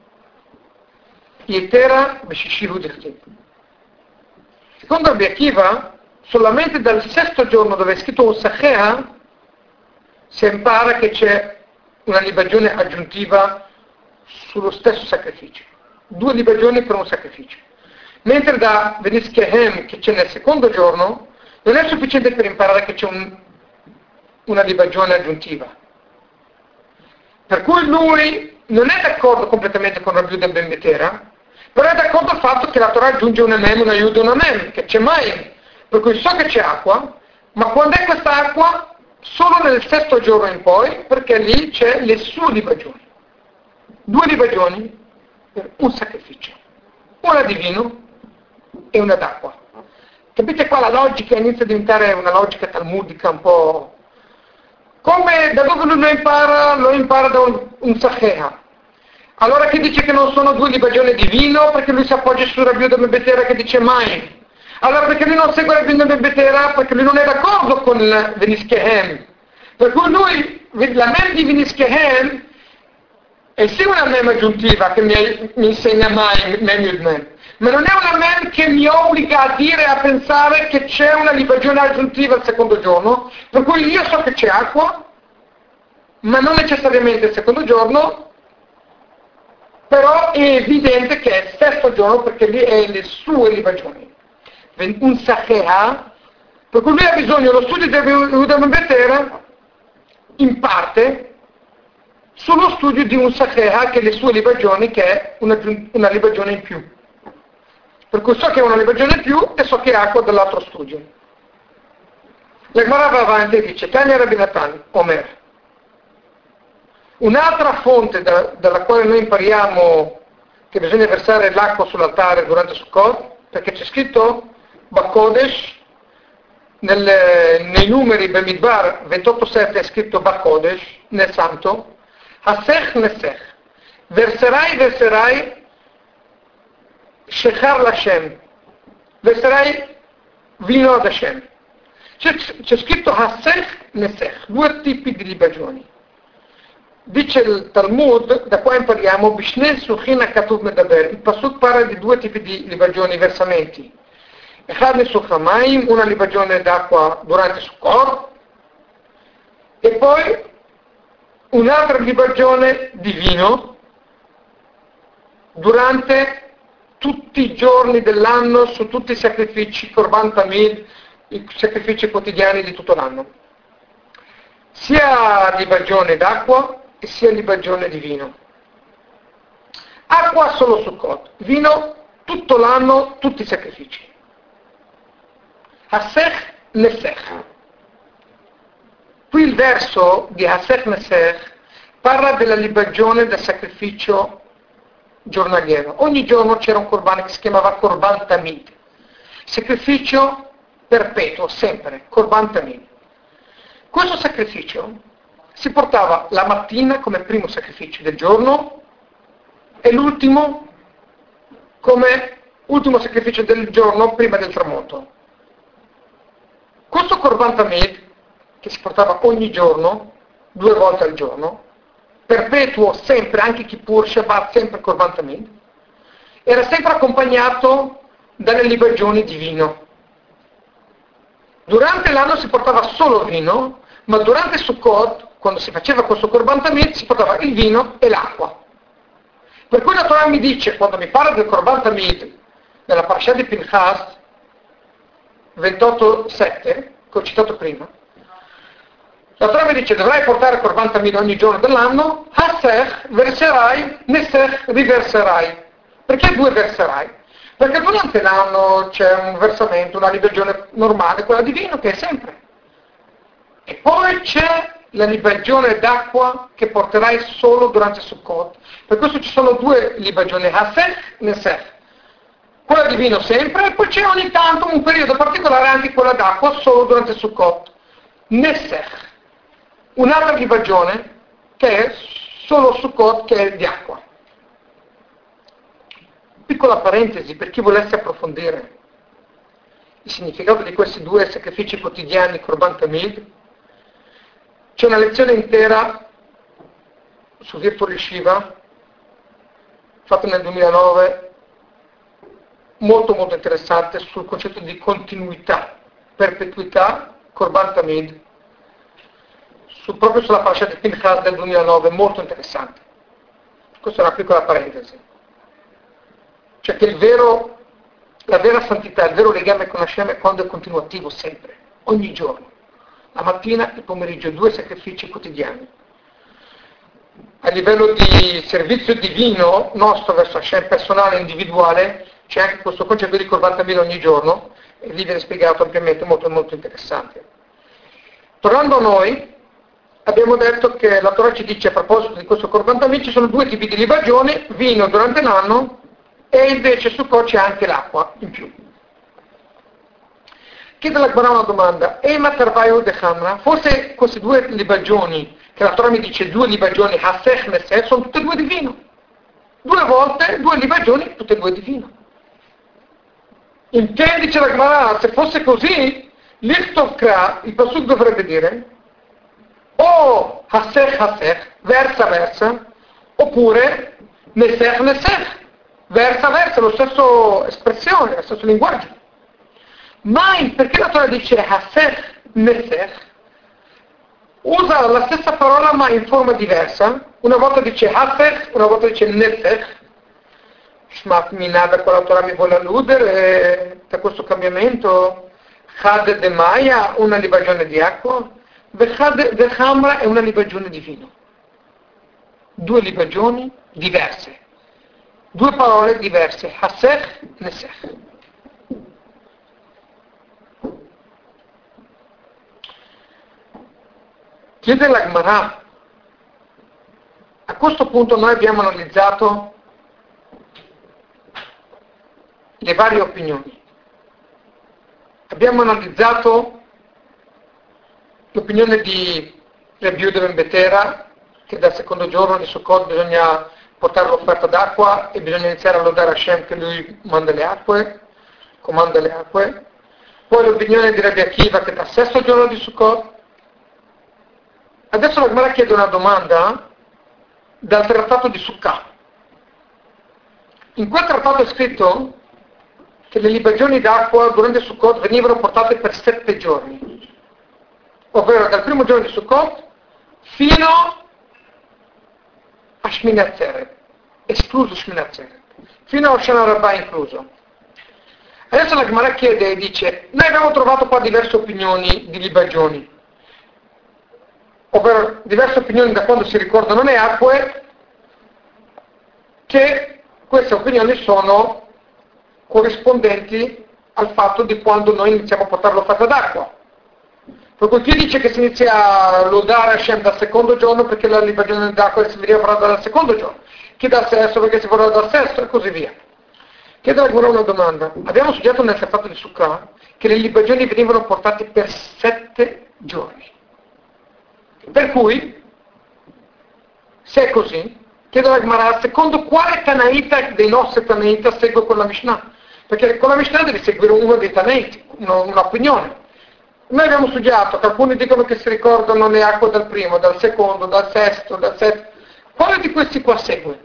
Yetera Beshishihu Dechtiv. Secondo Rabbi Akiva, solamente dal sesto giorno dove è scritto un Sachea si impara che c'è una libagione aggiuntiva sullo stesso sacrificio. Due libagioni per un sacrificio. Mentre da Venischehem, che c'è nel secondo giorno, non è sufficiente per imparare che c'è un, una libagione aggiuntiva. Per cui lui non è d'accordo completamente con Rabbi Yehuda ben Betera, però è d'accordo al fatto che la Torah aggiunge una mem, una yud, una mem, che c'è mai. Per cui so che c'è acqua, ma quando è questa acqua? Solo nel sesto giorno in poi, perché lì c'è le sue libagioni. Due libagioni per un sacrificio. Una di vino e una d'acqua. Capite qua la logica inizia a diventare una logica talmudica un po'... Come, da dove lui lo impara? Lo impara da un, un sachea. Allora che dice che non sono due libagioni di vino? Perché lui si appoggia su Rabbi Yehuda ben Betera che dice mai. Allora perché lui non segue Rabbi Yehuda ben Betera? Perché lui non è d'accordo con Venischehem. Per cui lui, la mem di Venischehem, è sì una mem aggiuntiva che mi, mi insegna mai, mem yud mem, ma non è una mem che mi obbliga a dire, a pensare che c'è una libagione aggiuntiva al secondo giorno, per cui io so che c'è acqua, ma non necessariamente il secondo giorno, però è evidente che è il sesto giorno perché lì è le sue libagioni. Un sachea, per cui lui ha bisogno, lo studio di Yehuda ben Betera, in parte, sullo studio di un sachea che è le sue libagioni, che è una, una libagione in più. Per cui so che è una libagione in più e so che è acqua dell'altro studio. La Gemara va avanti e dice, Tanya Rabbi Natan, Omer. Un'altra fonte da, dalla quale noi impariamo che bisogna versare l'acqua sull'altare durante Sukkot, perché c'è scritto Bakodesh, nel, nei numeri Bemidbar ventotto sette è scritto Bakodesh, nel santo, Hasech Nesech, verserai, verserai, Shechar Lashem, verserai vino ad Hashem. C'è, c'è scritto Hasech Nesech, due tipi di libagioni. Dice il Talmud, da qua impariamo, Bishnei Suchin HaKatuv Medaber, il Pasuk parla di due tipi di libagioni, versamenti. Echad Nesuch HaMayim, una libagione d'acqua durante Sukkot, e poi un'altra libagione di vino durante tutti i giorni dell'anno su tutti i sacrifici, Korban Tamid, i sacrifici quotidiani di tutto l'anno. Sia libagione d'acqua e sia libagione di vino. Acqua solo Sukkot, vino tutto l'anno, tutti i sacrifici. Hasech Nesech. Qui il verso di Hasech Nesech parla della libagione del sacrificio giornaliero. Ogni giorno c'era un Korban che si chiamava Korban Tamid. Sacrificio perpetuo, sempre, Korban Tamid. Questo sacrificio si portava la mattina come primo sacrificio del giorno e l'ultimo come ultimo sacrificio del giorno prima del tramonto. Questo Korban Tamid, che si portava ogni giorno, due volte al giorno, perpetuo sempre, anche Kippur, Shabbat, sempre Korban Tamid, era sempre accompagnato dalle libagioni di vino. Durante l'anno si portava solo vino, ma durante Sukkot, quando si faceva questo Korban Tamid, si portava il vino e l'acqua. Per cui la Torah mi dice, quando mi parla del Korban Tamid, nella parasha di Pinchas, ventotto sette, che ho citato prima, la Torah mi dice, dovrai portare Korban Tamid ogni giorno dell'anno, Hasech verserai, Nesech riverserai. Perché due verserai? Perché durante l'anno c'è un versamento, una libagione normale, quella di vino, che è sempre. E poi c'è la libagione d'acqua che porterai solo durante Sukkot. Per questo ci sono due libagioni, Hasech, Nesech. Quella di vino sempre, e poi c'è ogni tanto un periodo particolare anche quella d'acqua solo durante Sukkot. Nesech. Un'altra libagione che è solo Sukkot, che è di acqua. Piccola parentesi per chi volesse approfondire il significato di questi due sacrifici quotidiani, Korban Tamid. C'è una lezione intera su Virtual Yeshiva, fatta nel duemilanove, molto molto interessante sul concetto di continuità, perpetuità, Korban Tamid, su, proprio sulla parasha di Pinchas del duemilanove, molto interessante. Questa è una piccola parentesi. Cioè che il vero, la vera santità, il vero legame con Hashem è quando è continuativo, sempre, ogni giorno. La mattina e il pomeriggio, due sacrifici quotidiani. A livello di servizio divino nostro verso Hashem personale e individuale, c'è anche questo concetto di Korban Tamid ogni giorno, e lì viene spiegato ampiamente, molto molto interessante. Tornando a noi, abbiamo detto che la Torah ci dice a proposito di questo Korban Tamid ci sono due tipi di libagione, vino durante l'anno e invece su Sukkot c'è anche l'acqua in più. Chiede la Gemara una domanda, Ema Tarvaio de Hamra, forse queste due libagioni, che la Torah mi dice due libagioni, Hasech Nesech, sono tutte e due di vino. Due volte, due libagioni, tutte e due di vino. In che, dice la Gemara, se fosse così, l'Ichtov Kra, il Pasuk dovrebbe dire, o Hasech Hasech, versa versa, oppure Nesech Nesech, versa versa, lo stesso espressione, lo stesso linguaggio. Ma perché la Torah dice Hasech Nesech? Usa la stessa parola ma in forma diversa. Una volta dice Hasech, una volta dice Nesech. Shmat Minada, con la Torah mi vuole alludere da questo cambiamento. Chad de Maya, una libagione di acqua. Vechad de Hamra è una libagione di vino. Due libagioni diverse. Due parole diverse. Hasech, Nesech. Chiede la Gemara, a questo punto noi abbiamo analizzato le varie opinioni. Abbiamo analizzato l'opinione di Rabbi Yehuda ben Betera, che dal secondo giorno di Sukkot bisogna portare l'offerta d'acqua e bisogna iniziare a lodare Hashem che lui manda le acque, comanda le acque. Poi l'opinione di Rabbi Akiva che dal sesto giorno di Sukkot. Adesso la Gemara chiede una domanda dal trattato di Sukkah. In quel trattato è scritto che le libagioni d'acqua durante Sukkot venivano portate per sette giorni, ovvero dal primo giorno di Sukkot fino a Shmini Atzeret, escluso Shmini Atzeret. fino a Oshana Rabbah incluso. Adesso la Gemara chiede e dice, noi abbiamo trovato qua diverse opinioni di libagioni, ovvero diverse opinioni da quando si ricordano le acque, che queste opinioni sono corrispondenti al fatto di quando noi iniziamo a portare l'offerta d'acqua. Per cui chi dice che si inizia a lodare Hashem dal secondo giorno perché la libagione d'acqua si veniva portata dal secondo giorno, chi dal sesto perché si portava dal sesto e così via. Chiedo ancora una domanda. Abbiamo studiato nel trattato di Sukkah che le libagioni venivano portate per sette giorni. Per cui, se è così, chiedo alla Gemara, secondo quale Tanaita dei nostri Tanaita segue quella Mishnah? Perché con la Mishnah devi seguire uno dei Tanaiti, un'opinione. Noi abbiamo studiato che alcuni dicono che si ricordano le acque dal primo, dal secondo, dal sesto, dal settimo. Quale di questi qua segue?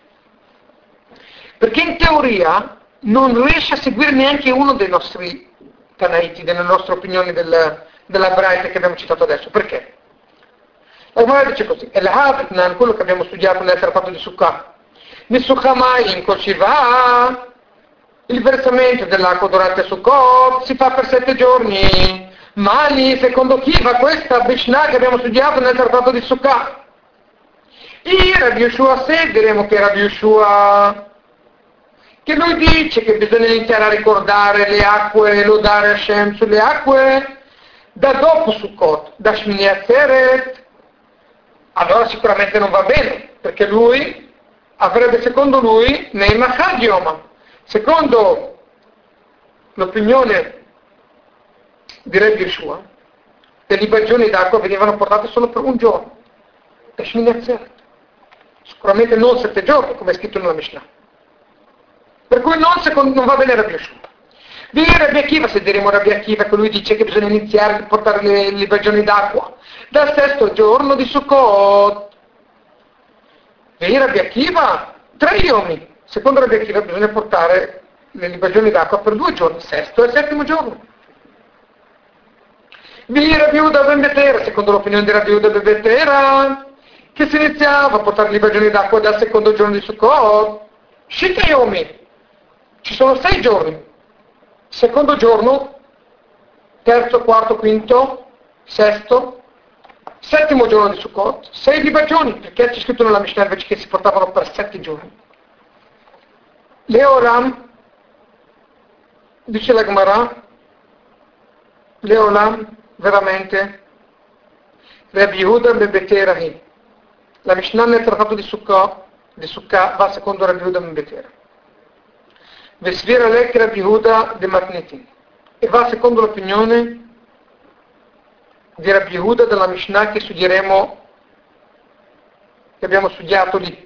Perché in teoria non riesce a seguire neanche uno dei nostri Tanaiti, delle nostre opinioni del, della Braita che abbiamo citato adesso. Perché? La Gemara dice così, El Havitnan, quello che abbiamo studiato nel trattato di Sukkah, Nisukkah mai in Koshiva, il versamento dell'acqua durante Sukkot si fa per sette giorni. Mali, secondo chi va questa Mishnah che abbiamo studiato nel trattato di Sukkah? E Rabbi Yoshua se diremo che Rabbi Yoshua che lui dice che bisogna iniziare a ricordare le acque, lodare Hashem sulle acque da dopo Sukkot, da Shmini Atzeret, allora sicuramente non va bene, perché lui avrebbe secondo lui nei Machad Yoma. Secondo l'opinione di Rabbi Yoshua, le libagioni d'acqua venivano portate solo per un giorno, da Shmini Atzeret. Sicuramente non sette giorni, come è scritto nella Mishnah. Per cui non, secondo, non va bene Rabbi Yoshua. Di Rabbi Akiva, se diremo Rabbi Akiva, che lui dice che bisogna iniziare a portare le libagioni d'acqua dal sesto giorno di Sukkot. Di Rabbi Akiva, tre yomi. Secondo Rabbi Akiva bisogna portare le libagioni d'acqua per due giorni, sesto e settimo giorno. Di Rabbi Yehuda ben Betera, secondo l'opinione di Rabbi Yehuda ben Betera, che si iniziava a portare le libagioni d'acqua dal secondo giorno di Sukkot. Shita yomi. Ci sono sei giorni. Secondo giorno, terzo, quarto, quinto, sesto, settimo giorno di Sukkot, sei libagioni, perché c'è scritto nella Mishnah invece che si portavano per sette giorni. Leolam, dice la Gemara, Leolam, veramente, Rabbi Yehuda ben Beterahi. La Mishnah nel trattato di Sukkah, di Sukkah va secondo Rabbi Yehuda ben Betera. Vesvira lek Rabbi Yehuda de Matnitin. E va secondo l'opinione di Rabbi Yehuda della Mishnah che studieremo, che abbiamo studiato lì.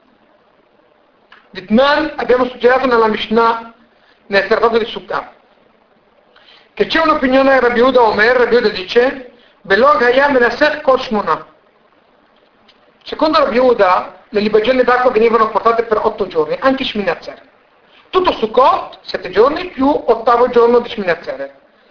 Ditman abbiamo studiato nella Mishnah nel trattato di Sukkah. Che c'è un'opinione di Rabbi Yehuda Omer, Rabbi Yehuda dice, Belog hayam menasech kol shmona. Secondo Rabbi Yehuda, le libagioni d'acqua venivano portate per otto giorni, anche Shmini Atzeret. Tutto Sukkot, sette giorni, più ottavo giorno di Shmini Atzeret.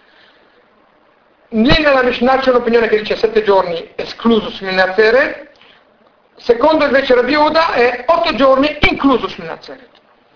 Lì nella Mishnah c'è un'opinione che dice sette giorni, escluso Shmini Atzeret. Secondo invece Rabbi Yehuda è otto giorni, incluso Shmini Atzeret.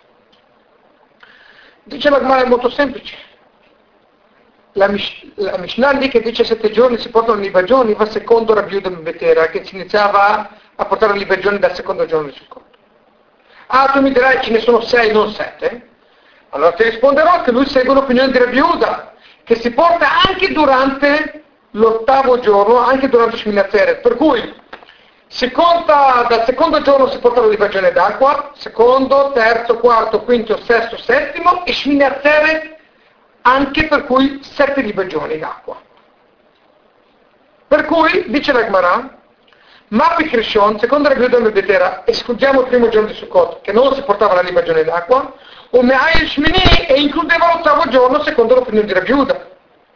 Dice la Gemara è molto semplice. La, Mish- la Mishnah lì che dice sette giorni si portano le libagioni va secondo Rabbi Yehuda ben Betera, che si iniziava a portare le libagioni dal secondo giorno di Sukkot. Ah, tu mi dirai ce ne sono sei, non sette? Allora ti risponderò che lui segue l'opinione di Rabbi Yehuda, che si porta anche durante l'ottavo giorno, anche durante Shmini Atzeret. Per cui si conta dal secondo giorno si porta la libagione d'acqua, secondo, terzo, quarto, quinto, sesto, settimo, e Shmini Atzeret anche per cui sette libagioni d'acqua. Per cui, dice la Gemara, Mapi Krishon, secondo Rabbi Yehuda ben Betera, escludiamo il primo giorno di Sukkot, che non si portava la libagione d'acqua, o Me'ai Shmini, e includeva l'ottavo giorno secondo l'opinione di Rabbi Yehuda.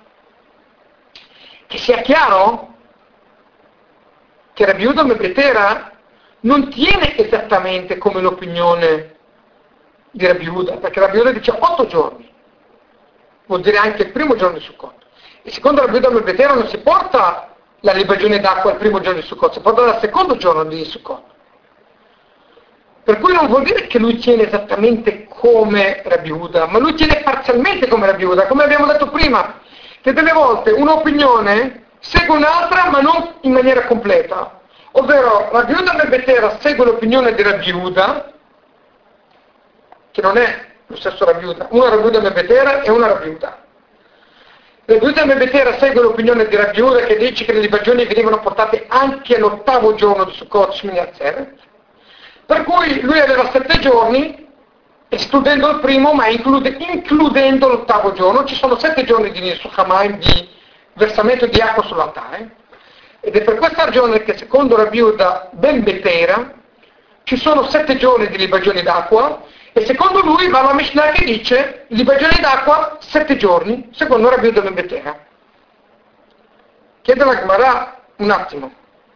Che sia chiaro che Rabbi Yehuda ben Betera non tiene esattamente come l'opinione di Rabbi Yehuda, perché Rabbi Yehuda dice otto giorni, vuol dire anche il primo giorno di Sukkot. E secondo Rabbi Yehuda ben Betera non si porta la libagione d'acqua il primo giorno di Sukkot, si porta dal secondo giorno di Sukkot. Per cui non vuol dire che lui tiene esattamente come Rabbi Yehuda, ma lui tiene parzialmente come Rabbi Yehuda, come abbiamo detto prima, che delle volte un'opinione segue un'altra ma non in maniera completa. Ovvero Rabbi Yehuda ben Betera segue l'opinione di Rabbi Yehuda, che non è lo stesso Rabbi Yehuda, una Rabbi Yehuda ben Betera e una Rabbi Yehuda. Rabbi Yehuda ben Betera segue l'opinione di Rabbi Yehuda che dice che le libagioni venivano portate anche all'ottavo giorno di Sukkot Shmini Atzeret, per cui lui aveva sette giorni, escludendo il primo, ma include, includendo l'ottavo giorno. Ci sono sette giorni di Nisuchamayim, di versamento di acqua sull'altare, ed è per questa ragione che secondo Rabbi Yehuda ben Betera ci sono sette giorni di libagioni d'acqua, e secondo lui va la Mishnah che dice libagioni d'acqua sette giorni, secondo Rabbi Yehuda ben Betera. Chiede la Gemara un attimo.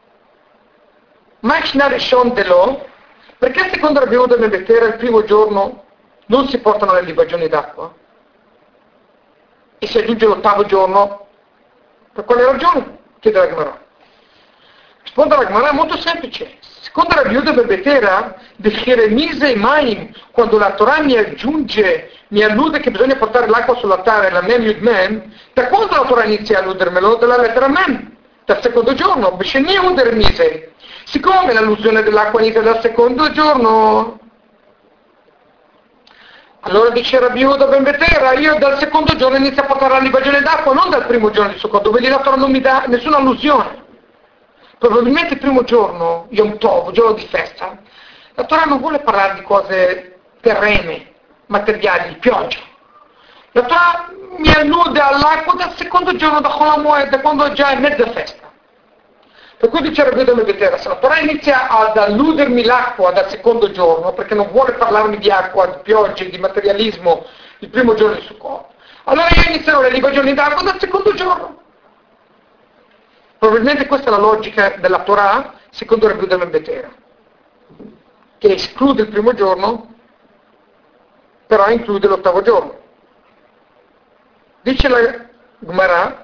Mishnah Rishon Delo, perché secondo Rabbi Yehuda ben Betera il primo giorno non si portano le libagioni d'acqua? E si aggiunge l'ottavo giorno? Per quale ragione? Chiede la Gemara. Risponde la Gemara, è molto semplice. Secondo Rabbi Yehuda ben Betera, di Chieremise e Maim, quando la Torah mi aggiunge, mi allude che bisogna portare l'acqua sull'altare, la Mem Yud Mem, da quando la Torah inizia a alludermelo? Dalla lettera Mem, dal secondo giorno, Besheni Uder Mise. Siccome l'allusione dell'acqua inizia dal secondo giorno, allora dice Rabbi Yehuda ben Betera, io dal secondo giorno inizio a portare la libagione d'acqua, non dal primo giorno di Sukkot, dove lì la Torah non mi dà nessuna allusione. Probabilmente il primo giorno, Yom Tov, giorno di festa, la Torah non vuole parlare di cose terrene, materiali, di pioggia. La Torah mi allude all'acqua dal secondo giorno da Chol HaMoed, da quando già è mezza festa. Per cui dice Rabbi Yehuda ben Betera, se la Torah inizia ad alludermi l'acqua dal secondo giorno, perché non vuole parlarmi di acqua, di pioggia, di materialismo il primo giorno di Sukkot, allora io inizierò le libagioni d'acqua dal secondo giorno. Probabilmente questa è la logica della Torah secondo Rabbi Yehuda ben Betera, che esclude il primo giorno, però include l'ottavo giorno. Dice la Gemara,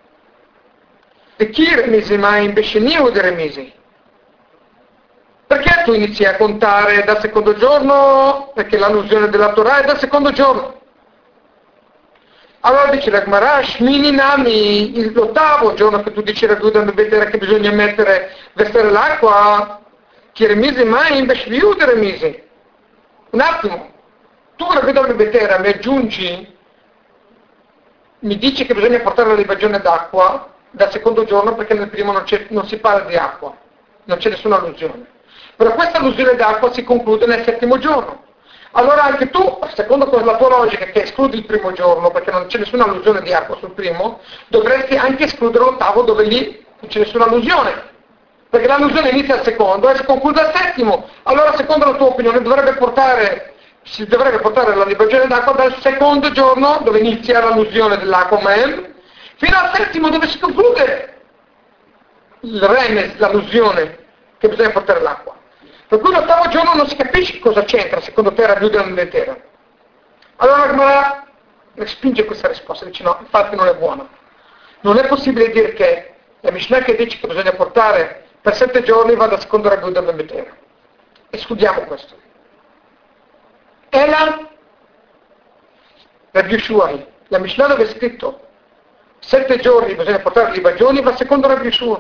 e chi remisi mai in Besheni o remisi? Perché tu inizi a contare dal secondo giorno? Perché l'allusione della Torah è dal secondo giorno. Allora dice la Gemara, Shmini Nami, l'ottavo giorno che tu dici Rabbi Yehuda ben Betera che bisogna mettere, versare l'acqua, chi remisi mai in Besheni o remisi? Un attimo, tu Rabbi Yehuda ben Betera mi aggiungi, mi dici che bisogna portare la libagione d'acqua dal secondo giorno perché nel primo non, c'è, non si parla di acqua, non c'è nessuna allusione. Però questa allusione d'acqua si conclude nel settimo giorno. Allora anche tu, secondo la tua logica che escludi il primo giorno perché non c'è nessuna allusione di acqua sul primo, dovresti anche escludere l'ottavo dove lì non c'è nessuna allusione. Perché l'allusione inizia al secondo e si conclude al settimo. Allora secondo la tua opinione dovrebbe portare, si dovrebbe portare la libagione d'acqua dal secondo giorno dove inizia l'allusione dell'acqua Mem, fino al settimo dove si conclude il remes, l'allusione che bisogna portare l'acqua. Per cui l'ottavo giorno non si capisce cosa c'entra, secondo te Rabbi Yehuda ben Betera. Allora Gemara respinge questa risposta, dice no, infatti non è buona. Non è possibile dire che la Mishnah che dice che bisogna portare per sette giorni vada secondo Rabbi Yehuda ben Betera. Escludiamo questo. Ela Rabbi Yeshua, la Mishnah dove è scritto sette giorni bisogna portare le libagioni, va secondo Rabbi Yeshua.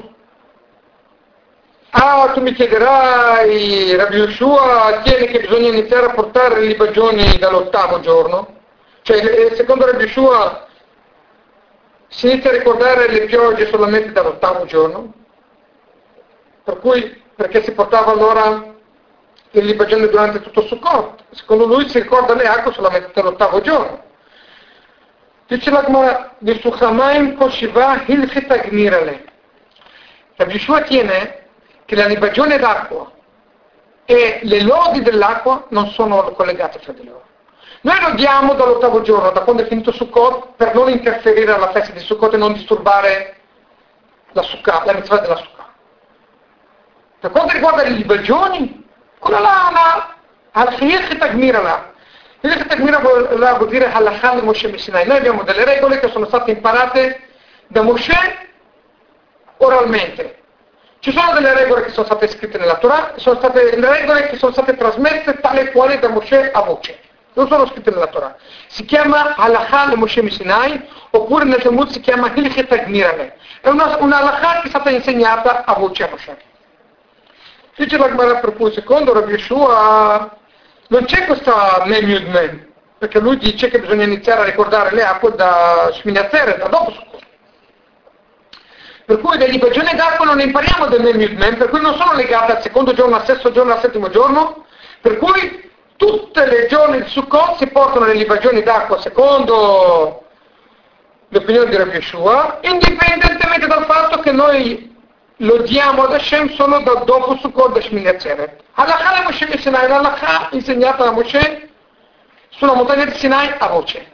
Ah, tu mi chiederai, Rabbi Yeshua tiene che bisogna iniziare a portare le libagioni dall'ottavo giorno? Cioè, secondo Rabbi Yeshua si inizia a ricordare le piogge solamente dall'ottavo giorno? Per cui, perché si portava allora le libagioni durante tutto Sukkot? Secondo lui si ricorda le acque solamente dall'ottavo giorno. Dice la Gemara, di Suchamaim Koshiva Hilchit Agmirale. Rabbi Yeshua tiene che la libagione d'acqua e le lodi dell'acqua non sono collegate fra di loro. Noi lo diamo dall'ottavo giorno, da quando è finito Sukkot, per non interferire alla festa di Sukkot e non disturbare la Sukkah, la mitzvah della Sukkah. Per quanto riguarda le libagioni, quella là, la al-Hilchit Agmirale. Il Tagmira vuol dire Halakha di Moshe Sinai. Noi abbiamo delle regole che sono state imparate da Moshe oralmente. Ci sono delle regole che sono state scritte nella Torah, sono state delle regole che sono state trasmesse tale quale da Mosè a Mosè. Non sono scritte nella Torah. Si chiama Halakha le Moshe Sinai, oppure nel Talmud si chiama Hilchet Agmirale. È una, una halakha che è stata insegnata a Mosè a Mosè. Dice la Gemara, per cui secondo Rabbi Yeshua non c'è questa Mem Yud Mem, perché lui dice che bisogna iniziare a ricordare le acque da Shmini Atzeret, da dopo Sukkot. Per cui le libagioni d'acqua non ne impariamo del Mem Yud Mem, per cui non sono legate al secondo giorno, al sesto giorno, al settimo giorno, per cui tutte le giorni di Sukkot si portano le libagioni d'acqua secondo l'opinione di Rabbi Yeshua, indipendentemente dal fatto che noi lo diamo ad Hashem solo da dopo Sukkot da Shmini Atzeret. Halakha le Moshe Sinai, l'halakha insegnata da Moshe sulla montagna di Sinai a voce.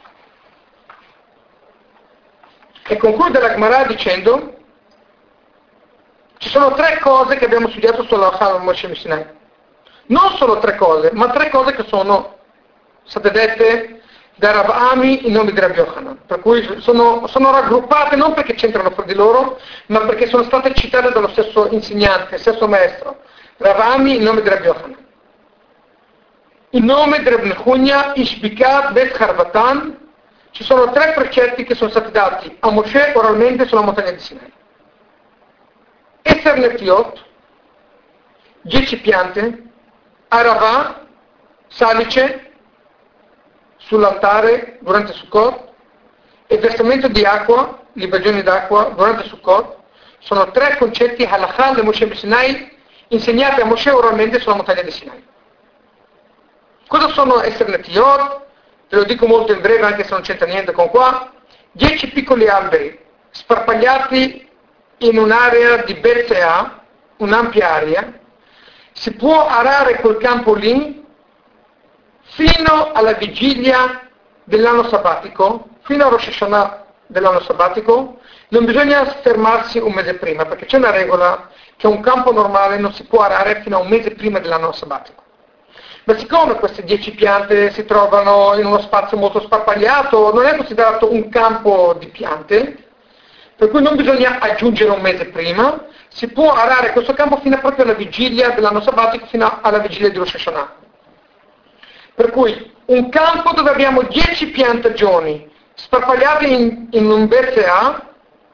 E conclude la Gemara dicendo: ci sono tre cose che abbiamo studiato sulla halakha di Moshe Sinai. Non solo tre cose, ma tre cose che sono state dette da Rav Ami in nome di Rabbi Yochanan. Per cui sono, sono raggruppate non perché c'entrano fra di loro, ma perché sono state citate dallo stesso insegnante, stesso maestro. Rav Ami in nome di Rabbi Yochanan. In nome di Rabbi Nechunya, Ishbikat Bet Harvatan, ci sono tre precetti che sono stati dati a Mosè oralmente sulla montagna di Sinai. Eser Netiot, dieci piante, Arava, salice, sull'altare durante Sukkot, e versamento di acqua, libagioni d'acqua durante Sukkot, sono tre concetti halakha le Moshe Sinai insegnati a Mosè oralmente sulla montagna di Sinai. Cosa sono Eser Netiot? Te lo dico molto in breve anche se non c'entra niente con qua. Dieci piccoli alberi sparpagliati in un'area di Berzea, un'ampia area. Si può arare quel campo lì fino alla vigilia dell'anno sabbatico, fino a Rosh Hashanah dell'anno sabbatico. Non bisogna fermarsi un mese prima, perché c'è una regola che un campo normale non si può arare fino a un mese prima dell'anno sabbatico. Ma siccome queste dieci piante si trovano in uno spazio molto sparpagliato, non è considerato un campo di piante, per cui non bisogna aggiungere un mese prima, si può arare questo campo fino proprio alla vigilia dell'anno sabbatico, fino alla vigilia di Rosh Hashanah. Per cui un campo dove abbiamo dieci piantagioni sparpagliate in, in un Berzea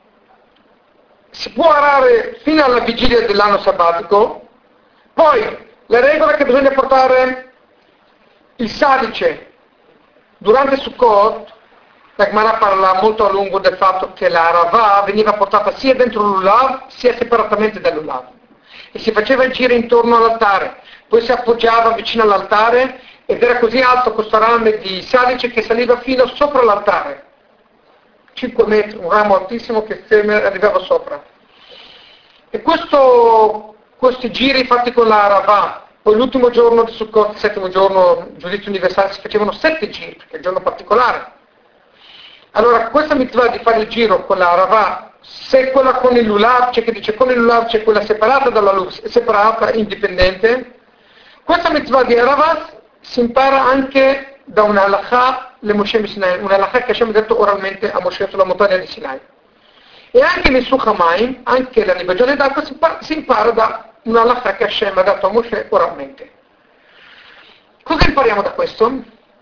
si può arare fino alla vigilia dell'anno sabbatico. Poi la regola è che bisogna portare il salice durante Sukkot. La Gemara parla molto a lungo del fatto che la Ravah veniva portata sia dentro l'Ulav sia separatamente dall'Ulav e si faceva girare intorno all'altare, poi si appoggiava vicino all'altare ed era così alto questo rame di salice che saliva fino sopra l'altare, cinque metri, un ramo altissimo che arrivava sopra. E questo, questi giri fatti con la Ravah, poi l'ultimo giorno di Sukkot, il settimo giorno, giudizio universale, si facevano sette giri, perché è un giorno particolare. Allora, questa mitzvah di fare il giro con la Ravah, se quella con il Lulav, c'è che dice con il Lulav c'è quella separata dalla Lulav, separata, indipendente, questa mitzvah di Ravah si impara anche da una halakha le Moshe Sinai, una halakha che Hashem ha detto oralmente a Moshe sulla montagna di Sinai. E anche nel Suchamayim, anche la libagione d'acqua, si, par- si impara da una halakha che Hashem ha dato a Moshe oralmente. Cosa impariamo da questo?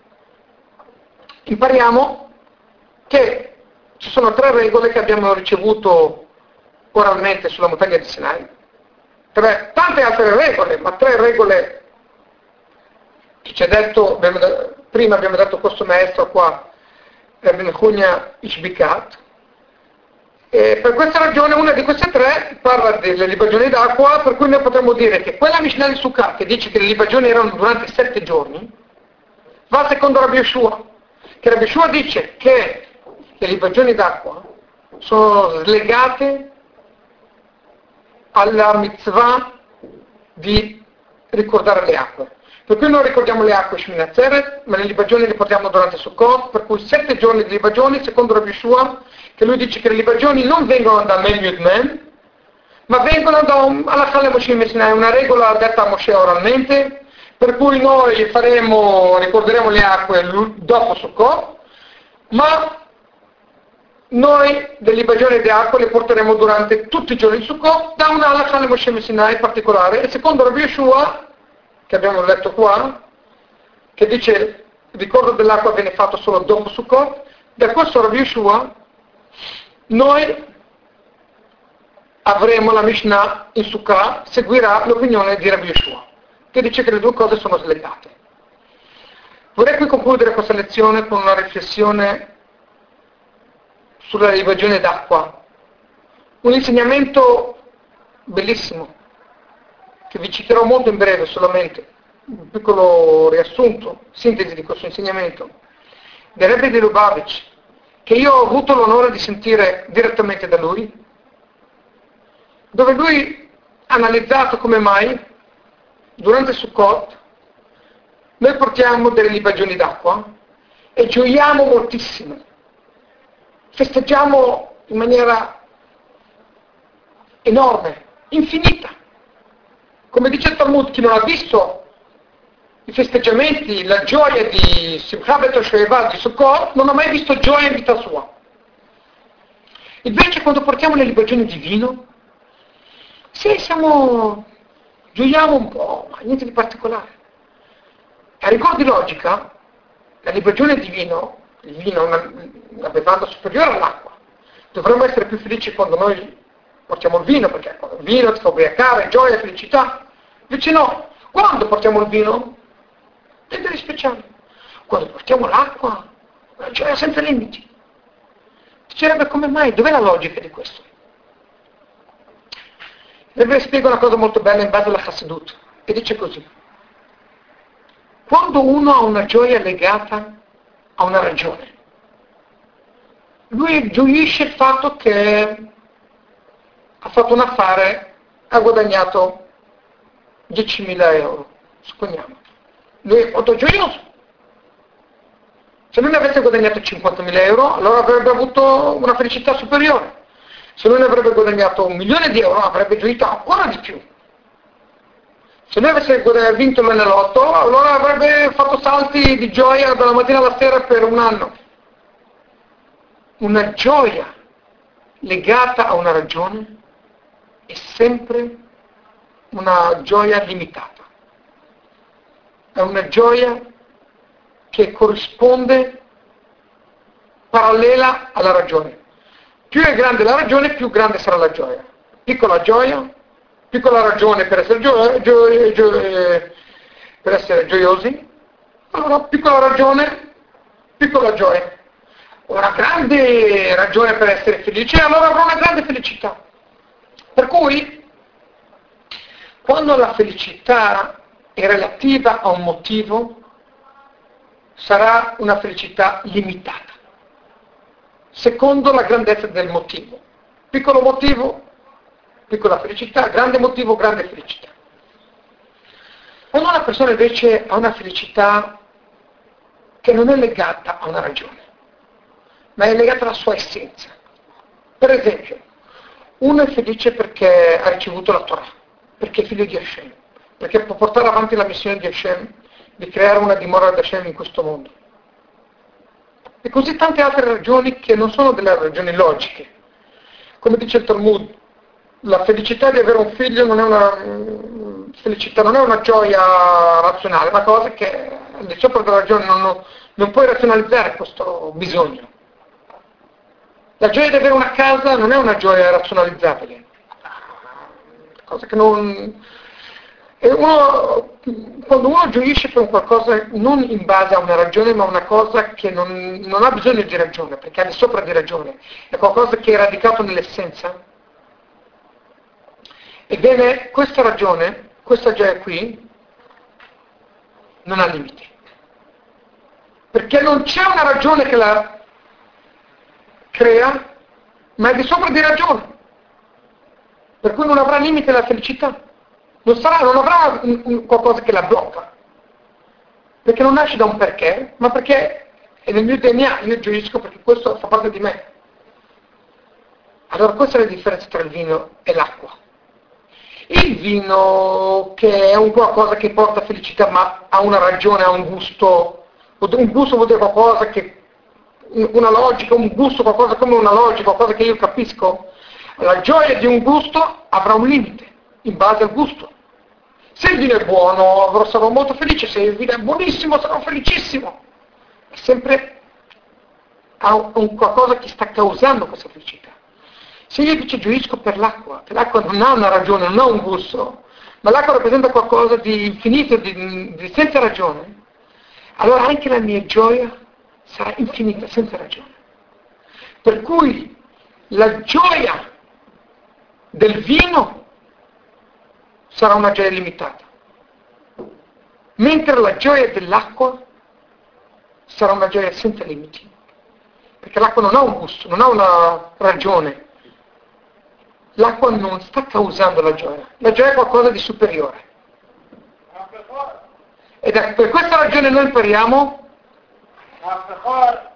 Impariamo che ci sono tre regole che abbiamo ricevuto oralmente sulla montagna di Sinai. Tre, tante altre regole, ma tre regole che ci ha detto, abbiamo, prima abbiamo detto questo maestro qua, Rabbi Nechunya Ishbikat, e per questa ragione una di queste tre parla delle libagioni d'acqua, per cui noi potremmo dire che quella Mishnah di Sukkot che dice che le libagioni erano durante sette giorni, va secondo Rabbi Yeshua, che Rabbi Yeshua dice che le libagioni d'acqua sono slegate alla mitzvah di ricordare le acque. Per cui noi ricordiamo le acque Shmini Atzeret, ma le libagioni le portiamo durante Sukkot, per cui sette giorni di libagioni, secondo Rabbi Yeshua, che lui dice che le libagioni non vengono da Mem Yud Mem, ma vengono da un, halakha le Moshe Sinai, una regola detta a Moshe oralmente, per cui noi faremo, ricorderemo le acque dopo Sukkot, ma noi dell'Ibagione di acqua le porteremo durante tutti i giorni di Sukkot, da un'ala Chane Moshe Sinai in particolare, e secondo Rabbi Yeshua, che abbiamo letto qua, che dice il ricordo dell'acqua viene fatto solo dopo Sukkot, da questo Rabbi Yeshua noi avremo la Mishnah in Sukkot, seguirà l'opinione di Rabbi Yeshua, che dice che le due cose sono slegate. Vorrei qui concludere questa lezione con una riflessione sulla libagione d'acqua, un insegnamento bellissimo, che vi citerò molto in breve solamente, un piccolo riassunto, sintesi di questo insegnamento, del Rebbe di Lubavitch, che io ho avuto l'onore di sentire direttamente da lui, dove lui ha analizzato come mai durante Sukkot noi portiamo delle libagioni d'acqua e gioiamo moltissimo, festeggiamo in maniera enorme, infinita. Come dice il Talmud, chi non ha visto i festeggiamenti, la gioia di Simcha Bet Shoeva, di Sukkot, non ha mai visto gioia in vita sua. Invece quando portiamo le libagioni di vino, sì, siamo, gioiamo un po', ma niente di particolare. A rigor di logica, la libagione di vino, il vino è una, una bevanda superiore all'acqua. Dovremmo essere più felici quando noi portiamo il vino, perché il vino ti fa ubriacare, gioia, felicità. Invece no, quando portiamo il vino, niente di speciale. Quando portiamo l'acqua, la gioia senza limiti. Dicerebbe come mai? Dov'è la logica di questo? Vi spiego una cosa molto bella in base alla Chassidut, che dice così. Quando uno ha una gioia legata a una ragione, lui gioisce il fatto che ha fatto un affare, ha guadagnato diecimila euro, supponiamo. Lui è molto gioioso. Se lui ne avesse guadagnato cinquantamila euro, allora avrebbe avuto una felicità superiore. Se lui ne avrebbe guadagnato un milione di euro, avrebbe gioito ancora di più. Se lui avesse vinto l'Enalotto, allora avrebbe fatto salti di gioia dalla mattina alla sera per un anno. Una gioia legata a una ragione è sempre una gioia limitata. È una gioia che corrisponde parallela alla ragione. Più è grande la ragione, più grande sarà la gioia. Piccola gioia, piccola ragione per essere, gio- gio- gio- per essere gioiosi, allora piccola ragione, piccola gioia. Una grande ragione per essere felice, allora avrò una grande felicità. Per cui, quando la felicità è relativa a un motivo, sarà una felicità limitata, secondo la grandezza del motivo. Piccolo motivo, piccola felicità, grande motivo, grande felicità. Quando una persona invece ha una felicità che non è legata a una ragione, ma è legata alla sua essenza. Per esempio, uno è felice perché ha ricevuto la Torah, perché è figlio di Hashem, perché può portare avanti la missione di Hashem, di creare una dimora di Hashem in questo mondo. E così tante altre ragioni che non sono delle ragioni logiche. Come dice il Talmud, la felicità di avere un figlio non è una felicità, non è una gioia razionale, è una cosa che al di sopra della ragione non, non puoi razionalizzare questo bisogno. La gioia di avere una casa non è una gioia razionalizzabile, cosa che non... E uno, quando uno gioisce per un qualcosa non in base a una ragione, ma una cosa che non, non ha bisogno di ragione, perché è al di sopra di ragione, è qualcosa che è radicato nell'essenza, ebbene questa ragione, questa gioia qui, non ha limiti. Perché non c'è una ragione che la crea, ma è di sopra di ragione. Per cui non avrà limite la felicità. Non, sarà, non avrà un, un, qualcosa che la blocca. Perché non nasce da un perché, ma perché è nel mio D N A, io gioisco perché questo fa parte di me. Allora questa è la differenza tra il vino e l'acqua. Il vino, che è un qualcosa che porta felicità, ma ha una ragione, ha un gusto, un gusto vuol dire qualcosa che una logica, un gusto, qualcosa come una logica, qualcosa che io capisco, la gioia di un gusto avrà un limite, in base al gusto. Se il vino è buono, sarò molto felice, se il vino è buonissimo, sarò felicissimo. È sempre un qualcosa che sta causando questa felicità. Se io invece gioisco per l'acqua, che l'acqua non ha una ragione, non ha un gusto, ma l'acqua rappresenta qualcosa di infinito, di, di senza ragione, allora anche la mia gioia sarà infinita, senza ragione. Per cui la gioia del vino sarà una gioia limitata, mentre la gioia dell'acqua sarà una gioia senza limiti, perché l'acqua non ha un gusto, non ha una ragione. L'acqua non sta causando la gioia, la gioia è qualcosa di superiore. Ed è per questa ragione noi impariamo